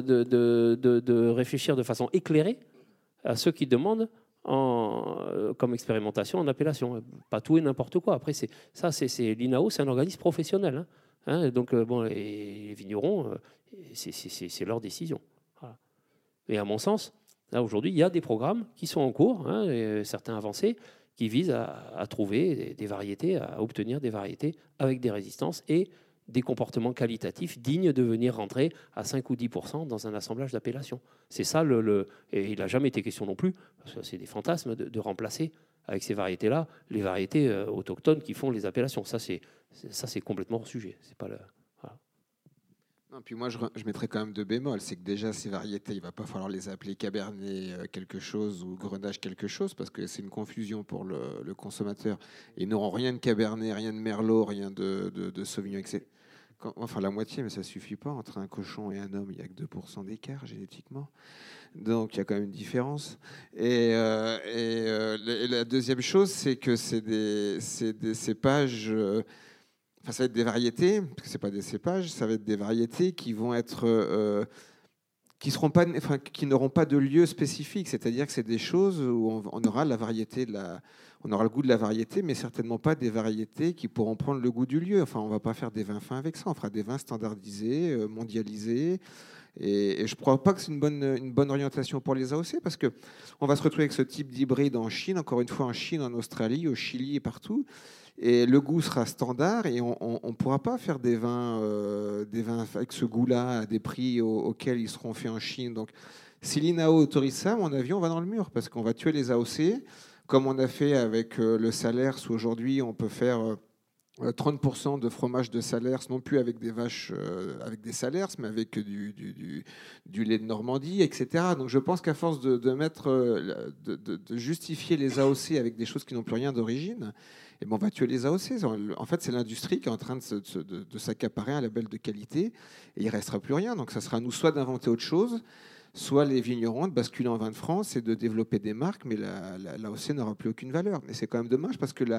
de réfléchir de façon éclairée à ceux qui demandent comme expérimentation en appellation. Pas tout et n'importe quoi. Après, c'est l'INAO, c'est un organisme professionnel. Donc, les vignerons, c'est leur décision. Voilà. Et à mon sens, là, aujourd'hui, il y a des programmes qui sont en cours, certains avancés, qui visent à trouver des variétés, à obtenir des variétés avec des résistances et des comportements qualitatifs dignes de venir rentrer à 5 ou 10% dans un assemblage d'appellation. C'est ça, et il n'a jamais été question non plus, parce que c'est des fantasmes, de remplacer avec ces variétés-là les variétés autochtones qui font les appellations. Ça, c'est complètement hors sujet. C'est pas voilà. Non, puis moi, je mettrais quand même deux bémols. C'est que déjà, ces variétés, il ne va pas falloir les appeler Cabernet quelque chose ou Grenache quelque chose, parce que c'est une confusion pour le consommateur. Ils n'auront rien de Cabernet, rien de Merlot, rien de Sauvignon, etc. Enfin, la moitié, mais ça ne suffit pas. Entre un cochon et un homme, il n'y a que 2% d'écart génétiquement. Donc, il y a quand même une différence. Et la deuxième chose, c'est que c'est des cépages... Enfin, ça va être des variétés, parce que ce n'est pas des cépages, ça va être des variétés qui vont être qui n'auront pas de lieu spécifique. C'est-à-dire que c'est des choses où on aura la variété on aura le goût de la variété, mais certainement pas des variétés qui pourront prendre le goût du lieu. Enfin, on ne va pas faire des vins fins avec ça. On fera des vins standardisés, mondialisés. Et je ne crois pas que c'est une bonne orientation pour les AOC, parce qu'on va se retrouver avec ce type d'hybride en Chine, encore une fois en Chine, en Australie, au Chili et partout. Et le goût sera standard et on ne pourra pas faire des vins avec ce goût-là à des prix auxquels ils seront faits en Chine. Donc, si l'INAO autorise ça, à mon avis, on va dans le mur, parce qu'on va tuer les AOC, comme on a fait avec le Salers, où aujourd'hui on peut faire 30% de fromage de Salers, non plus avec des vaches, avec des Salers, mais avec du lait de Normandie, etc. Donc je pense qu'à force de justifier les AOC avec des choses qui n'ont plus rien d'origine, eh ben on va tuer les AOC. En fait, c'est l'industrie qui est en train de s'accaparer un label de qualité, et il ne restera plus rien. Donc ça sera à nous soit d'inventer autre chose, soit les vignerons de basculer en vin de France et de développer des marques, mais l'AOC n'aura plus aucune valeur. Mais c'est quand même dommage, parce que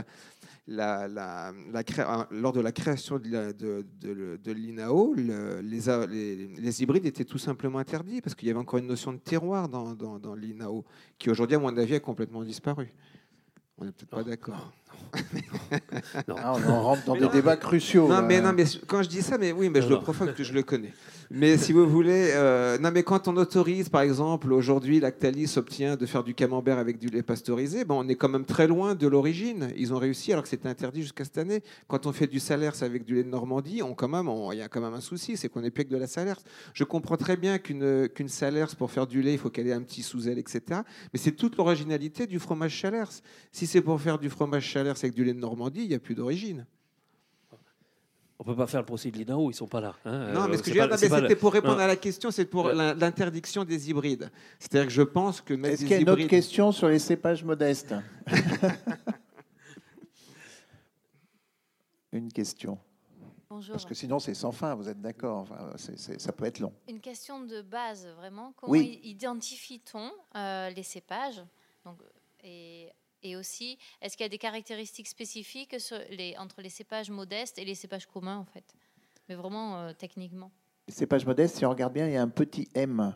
lors de la création de l'INAO, les hybrides étaient tout simplement interdits, parce qu'il y avait encore une notion de terroir dans l'INAO, qui aujourd'hui, à mon avis, a complètement disparu. On n'est peut-être pas d'accord. On en rentre dans des débats cruciaux. Non, mais quand je dis ça, mais je le provoque, que je le connais. Mais si vous voulez, mais quand on autorise, par exemple, aujourd'hui, Lactalis obtient de faire du camembert avec du lait pasteurisé, on est quand même très loin de l'origine. Ils ont réussi, alors que c'était interdit jusqu'à cette année. Quand on fait du Salers avec du lait de Normandie, il y a quand même un souci, c'est qu'on n'est plus que de la Salers. Je comprends très bien qu'une Salers, pour faire du lait, il faut qu'elle ait un petit sous-aile, etc. Mais c'est toute l'originalité du fromage Salers. Si c'est pour faire du fromage Salers avec du lait de Normandie, il n'y a plus d'origine. On ne peut pas faire le procès de l'INAO, ils ne sont pas là. Non, mais c'était pour répondre à la question, c'est pour l'interdiction des hybrides. C'est-à-dire que je pense que... Est-ce qu'il y a une autre question sur les cépages modestes? Une question. Bonjour. Parce que sinon, c'est sans fin, vous êtes d'accord? Ça peut être long. Une question de base, vraiment. Comment identifie-t-on les cépages? Et aussi, est-ce qu'il y a des caractéristiques spécifiques entre les cépages modestes et les cépages communs, en fait? Mais vraiment, techniquement. Les cépages modestes, si on regarde bien, il y a un petit M.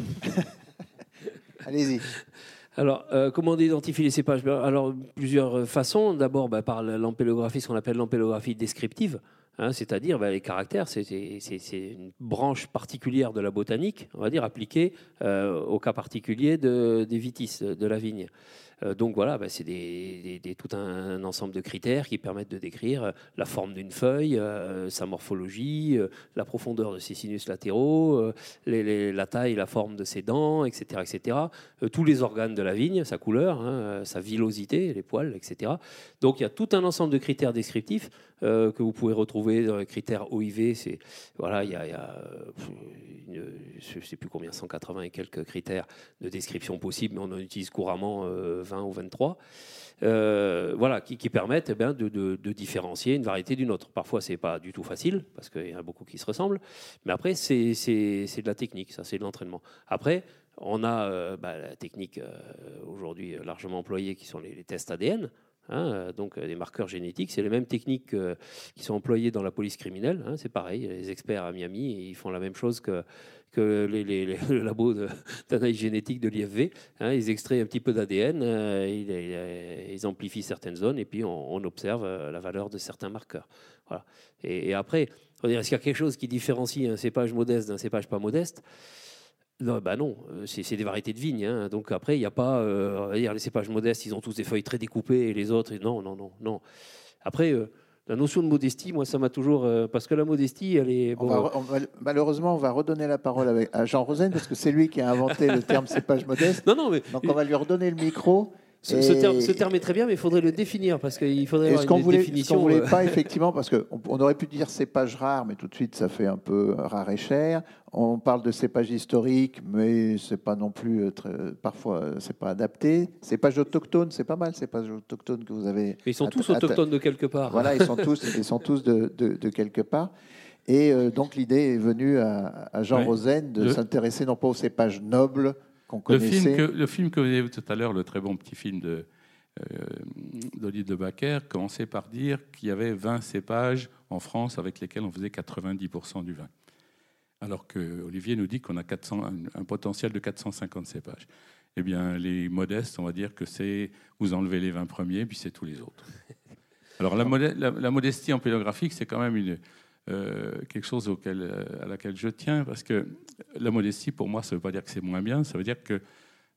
Allez-y. Alors, comment on identifie les cépages? Alors, plusieurs façons. D'abord, par l'ampélographie, ce qu'on appelle l'ampélographie descriptive. C'est-à-dire les caractères, c'est une branche particulière de la botanique, on va dire, appliquée au cas particulier des vitis, de la vigne. Donc voilà, c'est tout un ensemble de critères qui permettent de décrire la forme d'une feuille, sa morphologie, la profondeur de ses sinus latéraux, la taille, la forme de ses dents, etc. etc. Tous les organes de la vigne, sa couleur, sa villosité, les poils, etc. Donc il y a tout un ensemble de critères descriptifs que vous pouvez retrouver dans les critères OIV. Il y a je ne sais plus combien, 180 et quelques critères de description possibles, mais on en utilise couramment 20 ou 23, qui permettent de différencier une variété d'une autre. Parfois, ce n'est pas du tout facile, parce qu'il y en a beaucoup qui se ressemblent, mais après, c'est de la technique, ça, c'est de l'entraînement. Après, on a la technique aujourd'hui largement employée, qui sont les tests ADN. Donc les marqueurs génétiques, c'est les mêmes techniques qui sont employées dans la police criminelle. C'est pareil, les experts à Miami, ils font la même chose que le labo d'analyse génétique de l'IFV. Ils extraient un petit peu d'ADN, ils amplifient certaines zones et puis on observe la valeur de certains marqueurs. Voilà. Et après, est-ce qu'il y a quelque chose qui différencie un cépage modeste d'un cépage pas modeste? Non, c'est des variétés de vignes. Donc après, il n'y a pas... les cépages modestes, ils ont tous des feuilles très découpées et les autres, non. Après, la notion de modestie, moi, ça m'a toujours... parce que la modestie, elle est... Malheureusement, on va redonner la parole à Jean Rosen, parce que c'est lui qui a inventé le terme cépage modeste. Donc on va lui redonner le micro. Ce terme est très bien, mais il faudrait le définir, parce qu'il faudrait avoir une définition. Ce qu'on ne voulait pas, effectivement, parce qu'on aurait pu dire cépage rare, mais tout de suite, ça fait un peu rare et cher. On parle de cépage historique, mais ce n'est pas non plus... parfois, ce n'est pas adapté. Cépage autochtone, c'est pas mal, cépage autochtone que vous avez... Mais ils sont tous autochtones de quelque part. Voilà, ils sont tous de quelque part. Et donc, l'idée est venue à Jean Rosen de s'intéresser non pas aux cépages nobles, le film que vous avez vu tout à l'heure, le très bon petit film d'Olivier de Backer, commençait par dire qu'il y avait 20 cépages en France avec lesquels on faisait 90% du vin. alors que Olivier nous dit qu'on a un potentiel de 450 cépages. Eh bien, les modestes, on va dire que c'est vous enlevez les 20 premiers, puis c'est tous les autres. Alors, la modestie empélographique, c'est quand même quelque chose à laquelle je tiens, parce que la modestie, pour moi, ça ne veut pas dire que c'est moins bien, ça veut dire que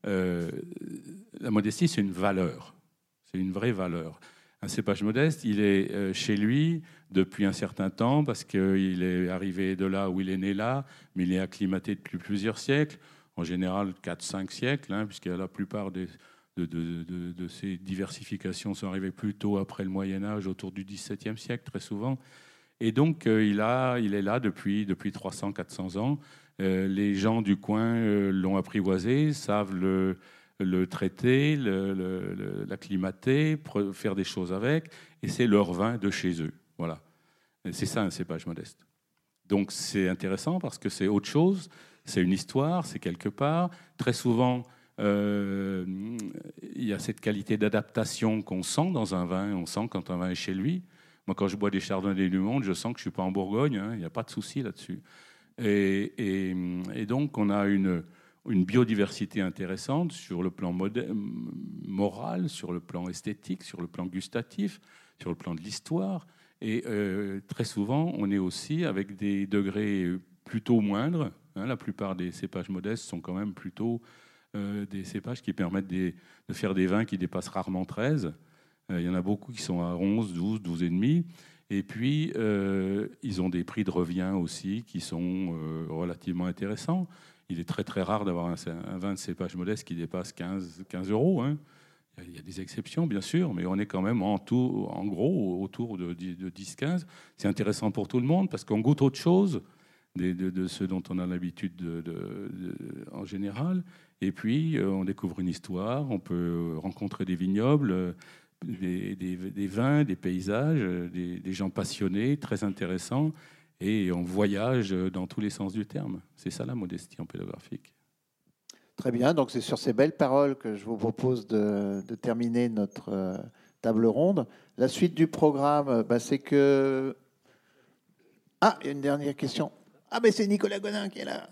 la modestie, c'est une valeur. C'est une vraie valeur. Un cépage modeste, il est chez lui depuis un certain temps, parce qu'il est arrivé de là où il est né là, mais il est acclimaté depuis plusieurs siècles, en général 4-5 siècles, puisque la plupart de ces diversifications sont arrivées plutôt après le Moyen-Âge, autour du XVIIe siècle, très souvent. Et donc, il est là depuis 300-400 ans. Les gens du coin l'ont apprivoisé, savent le traiter, l'acclimater, faire des choses avec, et c'est leur vin de chez eux. Voilà. Et c'est ça un cépage modeste. Donc, c'est intéressant parce que c'est autre chose. C'est une histoire, c'est quelque part. Très souvent, il y a cette qualité d'adaptation qu'on sent dans un vin. On sent quand un vin est chez lui. Moi, quand je bois des Chardonnays du Monde, je sens que je ne suis pas en Bourgogne. Il n'y a pas de souci là-dessus. Et donc, on a une biodiversité intéressante sur le plan moral, sur le plan esthétique, sur le plan gustatif, sur le plan de l'histoire. Et très souvent, on est aussi avec des degrés plutôt moindres. La plupart des cépages modestes sont quand même plutôt des cépages qui permettent de faire des vins qui dépassent rarement 13. Il y en a beaucoup qui sont à 11, 12, 12,5. Et puis, ils ont des prix de revient aussi qui sont relativement intéressants. Il est très, très rare d'avoir un vin de cépage modeste qui dépasse 15 €. Il y a des exceptions, bien sûr, mais on est quand même en gros autour de 10-15. C'est intéressant pour tout le monde parce qu'on goûte autre chose de ce dont on a l'habitude en général. Et puis, on découvre une histoire, on peut rencontrer des vignobles, des vins, des paysages, des gens passionnés, très intéressants, et on voyage dans tous les sens du terme. C'est ça la modestie empélographique. Très bien, donc c'est sur ces belles paroles que je vous propose de terminer notre table ronde. La suite du programme, c'est que... Ah, il y a une dernière question. Ah, mais c'est Nicolas Gonin qui est là.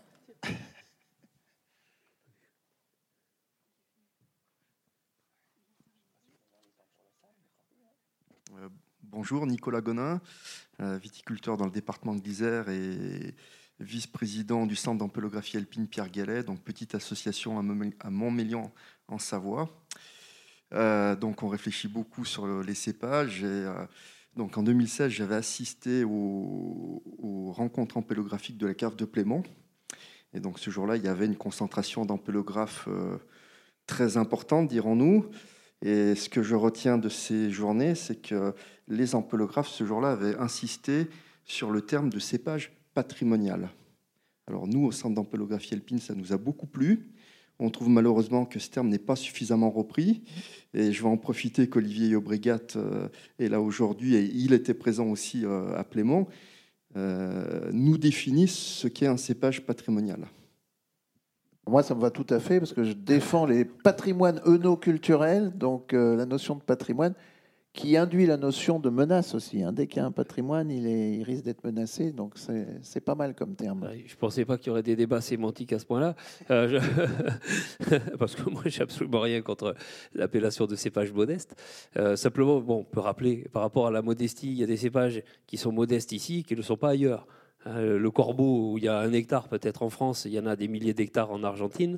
Bonjour, Nicolas Gonin, viticulteur dans le département de l'Isère et vice-président du centre d'empélographie alpine Pierre Gallet, donc petite association à Montmélian en Savoie. Donc on réfléchit beaucoup sur les cépages. Donc en 2016, j'avais assisté aux rencontres empélographiques de la cave de Plémont. Et donc ce jour-là, il y avait une concentration d'empélographes très importante, dirons-nous. Et ce que je retiens de ces journées, c'est que les empélographes, ce jour-là, avaient insisté sur le terme de cépage patrimonial. Alors nous, au centre d'empélographie alpine, ça nous a beaucoup plu. On trouve malheureusement que ce terme n'est pas suffisamment repris. Et je vais en profiter qu'Olivier Yobregat est là aujourd'hui, et il était présent aussi à Plémont, nous définissent ce qu'est un cépage patrimonial. Moi, ça me va tout à fait, parce que je défends les patrimoines œnoculturels, donc la notion de patrimoine, qui induit la notion de menace aussi. Dès qu'il y a un patrimoine, il risque d'être menacé, donc c'est pas mal comme terme. Je ne pensais pas qu'il y aurait des débats sémantiques à ce point-là, parce que moi, j'ai absolument rien contre l'appellation de cépage modeste. Simplement, on peut rappeler, par rapport à la modestie, il y a des cépages qui sont modestes ici, qui ne le sont pas ailleurs. Le corbeau, où il y a 1 hectare peut-être en France, il y en a des milliers d'hectares en Argentine.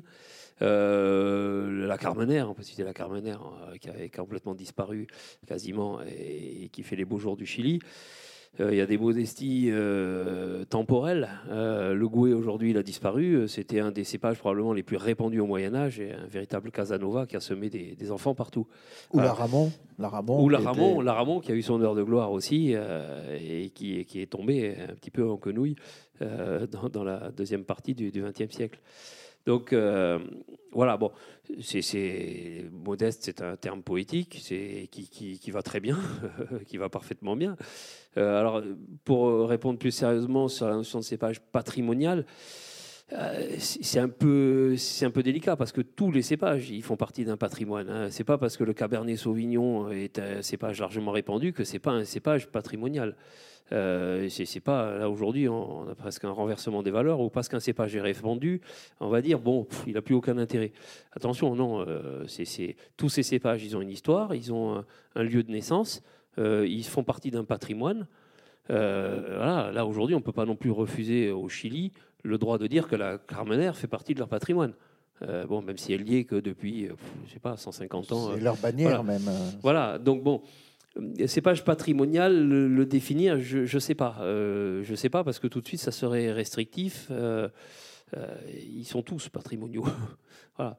La Carmenère, on peut citer la Carmenère, qui a complètement disparu quasiment et qui fait les beaux jours du Chili. Il y a des modesties temporelles. Le Gouet, aujourd'hui, il a disparu. C'était un des cépages probablement les plus répandus au Moyen-Âge et un véritable Casanova qui a semé des enfants partout. Ou la Ramon. La Ramon qui a eu son heure de gloire aussi et qui est tombé un petit peu en quenouille dans la deuxième partie du XXe siècle. Donc voilà, c'est modeste, c'est un terme poétique, qui va très bien, qui va parfaitement bien. Alors, pour répondre plus sérieusement sur la notion de cépage patrimonial, c'est un peu délicat parce que tous les cépages ils font partie d'un patrimoine. Hein. C'est pas parce que le Cabernet Sauvignon est un cépage largement répandu que c'est pas un cépage patrimonial. C'est pas là aujourd'hui on a presque un renversement des valeurs ou parce qu'un cépage est répandu, on va dire bon il a plus aucun intérêt. Attention non, tous ces cépages ils ont une histoire, ils ont un lieu de naissance, ils font partie d'un patrimoine. Voilà, là aujourd'hui on peut pas non plus refuser au Chili le droit de dire que la Carmenère fait partie de leur patrimoine. Bon, même si elle y est que depuis, je sais pas, 150 ans. C'est leur bannière voilà. même. Voilà, donc bon, cépage patrimonial, le définir, je sais pas. Je sais pas parce que tout de suite ça serait restrictif. Ils sont tous patrimoniaux. Voilà.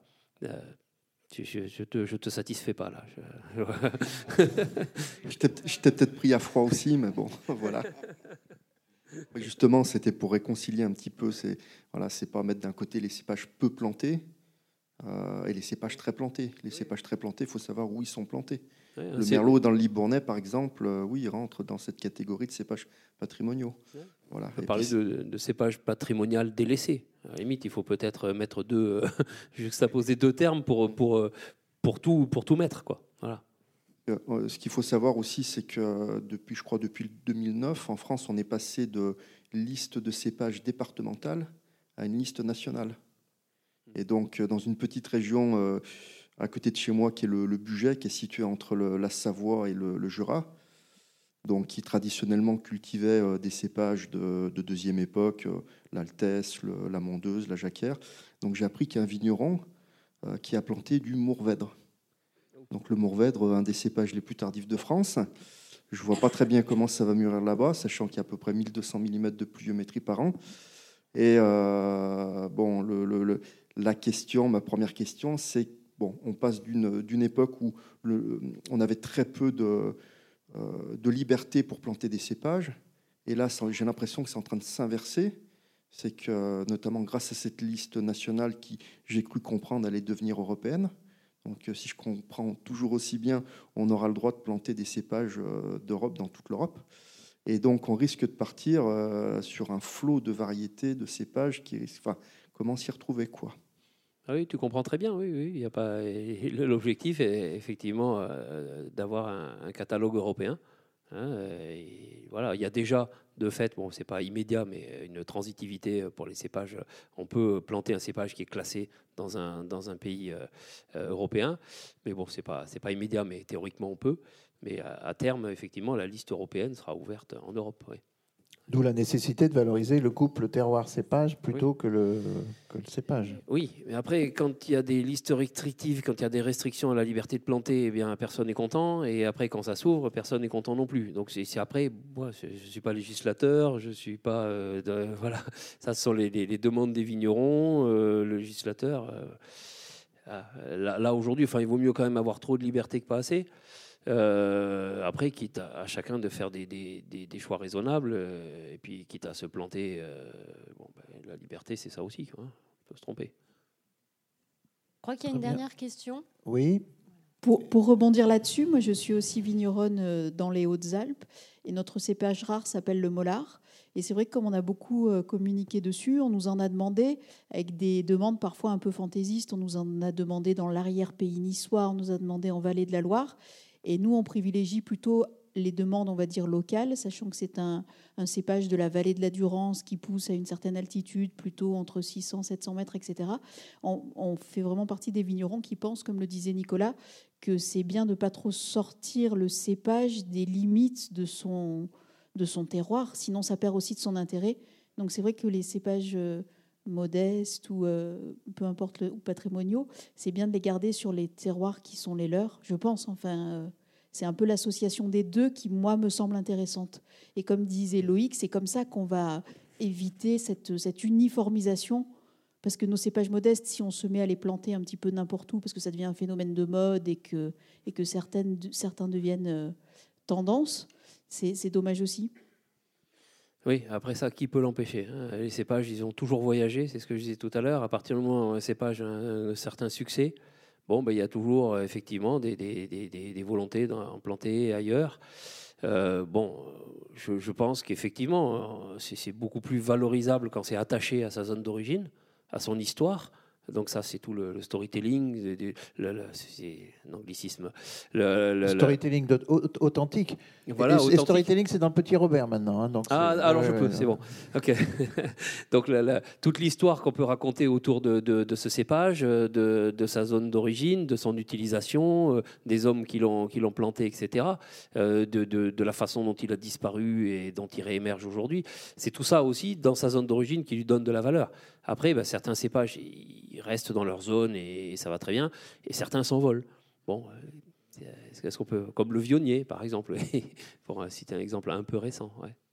Je te satisfais pas là. Je t'ai peut-être pris à froid aussi, mais bon, voilà. Justement, c'était pour réconcilier un petit peu. C'est pas mettre d'un côté les cépages peu plantés et les cépages très plantés. Les cépages très plantés, il faut savoir où ils sont plantés. Ouais, le Merlot dans le Libournais, par exemple, oui, il rentre dans cette catégorie de cépages patrimoniaux. Ouais. Voilà. On peut parler de cépage patrimonial délaissé. À la limite, il faut peut-être mettre juxtaposer deux termes pour tout mettre, quoi. Voilà. Ce qu'il faut savoir aussi, c'est que depuis 2009, en France, on est passé de liste de cépages départementale à une liste nationale. Et donc, dans une petite région à côté de chez moi, qui est le Bugey, qui est situé entre la Savoie et le Jura, donc qui traditionnellement cultivait des cépages de deuxième époque, l'Altesse, la Mondeuse, la Jacquère. Donc, j'ai appris qu'il y a un vigneron qui a planté du Mourvèdre. Donc le Mourvèdre, un des cépages les plus tardifs de France. Je ne vois pas très bien comment ça va mûrir là-bas, sachant qu'il y a à peu près 1200 mm de pluviométrie par an. Et bon, ma première question, c'est bon, on passe d'une époque où on avait très peu de liberté pour planter des cépages. Et là, j'ai l'impression que c'est en train de s'inverser. C'est que, notamment grâce à cette liste nationale qui, j'ai cru comprendre, allait devenir européenne. Donc, si je comprends toujours aussi bien, on aura le droit de planter des cépages d'Europe dans toute l'Europe. Et donc, on risque de partir sur un flot de variétés, de cépages qui risquent. Enfin, comment s'y retrouver, quoi. Ah oui, tu comprends très bien. Oui, il y a pas. L'objectif est effectivement d'avoir un catalogue européen. Hein, et voilà, il y a déjà de fait, bon, c'est pas immédiat, mais une transitivité pour les cépages. On peut planter un cépage qui est classé dans un pays européen, mais bon, c'est pas immédiat, mais théoriquement on peut. Mais à terme, effectivement, la liste européenne sera ouverte en Europe. Oui. D'où la nécessité de valoriser le couple terroir-cépage plutôt que le cépage. Oui, mais après, quand il y a des listes restrictives, quand il y a des restrictions à la liberté de planter, eh bien, personne n'est content. Et après, quand ça s'ouvre, personne n'est content non plus. Donc, c'est après, moi, je ne suis pas législateur, je ne suis pas... voilà, ça ce sont les demandes des vignerons, le législateur. Là aujourd'hui, enfin, il vaut mieux quand même avoir trop de liberté que pas assez. Après, quitte à chacun de faire des choix raisonnables, et puis quitte à se planter, la liberté, c'est ça aussi, quoi, hein. On peut se tromper. Je crois qu'il y a une dernière question. Oui. Pour rebondir là-dessus, moi je suis aussi vigneronne dans les Hautes-Alpes, et notre cépage rare s'appelle le Mollard. Et c'est vrai que comme on a beaucoup communiqué dessus, on nous en a demandé, avec des demandes parfois un peu fantaisistes, on nous en a demandé dans l'arrière-pays niçois, on nous a demandé en vallée de la Loire. Et nous, on privilégie plutôt les demandes, on va dire, locales, sachant que c'est un cépage de la vallée de la Durance qui pousse à une certaine altitude, plutôt entre 600, 700 mètres, etc. On fait vraiment partie des vignerons qui pensent, comme le disait Nicolas, que c'est bien de ne pas trop sortir le cépage des limites de son terroir, sinon ça perd aussi de son intérêt. Donc c'est vrai que les cépages modestes ou peu importe ou patrimoniaux, c'est bien de les garder sur les terroirs qui sont les leurs, je pense. Enfin, c'est un peu l'association des deux qui, moi, me semble intéressante. Et comme disait Loïc, c'est comme ça qu'on va éviter cette uniformisation, parce que nos cépages modestes, si on se met à les planter un petit peu n'importe où, parce que ça devient un phénomène de mode et que certains deviennent tendance, c'est dommage aussi. Oui, après ça, qui peut l'empêcher, hein? Les cépages, ils ont toujours voyagé, c'est ce que je disais tout à l'heure. À partir du moment où un cépage a un certain succès, bon, il y a toujours effectivement des volontés d'en planter ailleurs. Je pense qu'effectivement, c'est beaucoup plus valorisable quand c'est attaché à sa zone d'origine, à son histoire. Donc ça, c'est tout le storytelling, c'est un anglicisme. Storytelling authentique. Voilà, et storytelling, c'est dans Petit Robert maintenant. Hein, donc alors je peux, c'est bon. Ok. Donc toute l'histoire qu'on peut raconter autour de ce cépage, de sa zone d'origine, de son utilisation, des hommes qui l'ont planté, etc., de la façon dont il a disparu et dont il réémerge aujourd'hui, c'est tout ça aussi dans sa zone d'origine qui lui donne de la valeur. Après, certains cépages, ils restent dans leur zone et ça va très bien, et certains s'envolent. Bon, est-ce qu'on peut, comme le vionnier, par exemple, pour citer un exemple un peu récent. Ouais.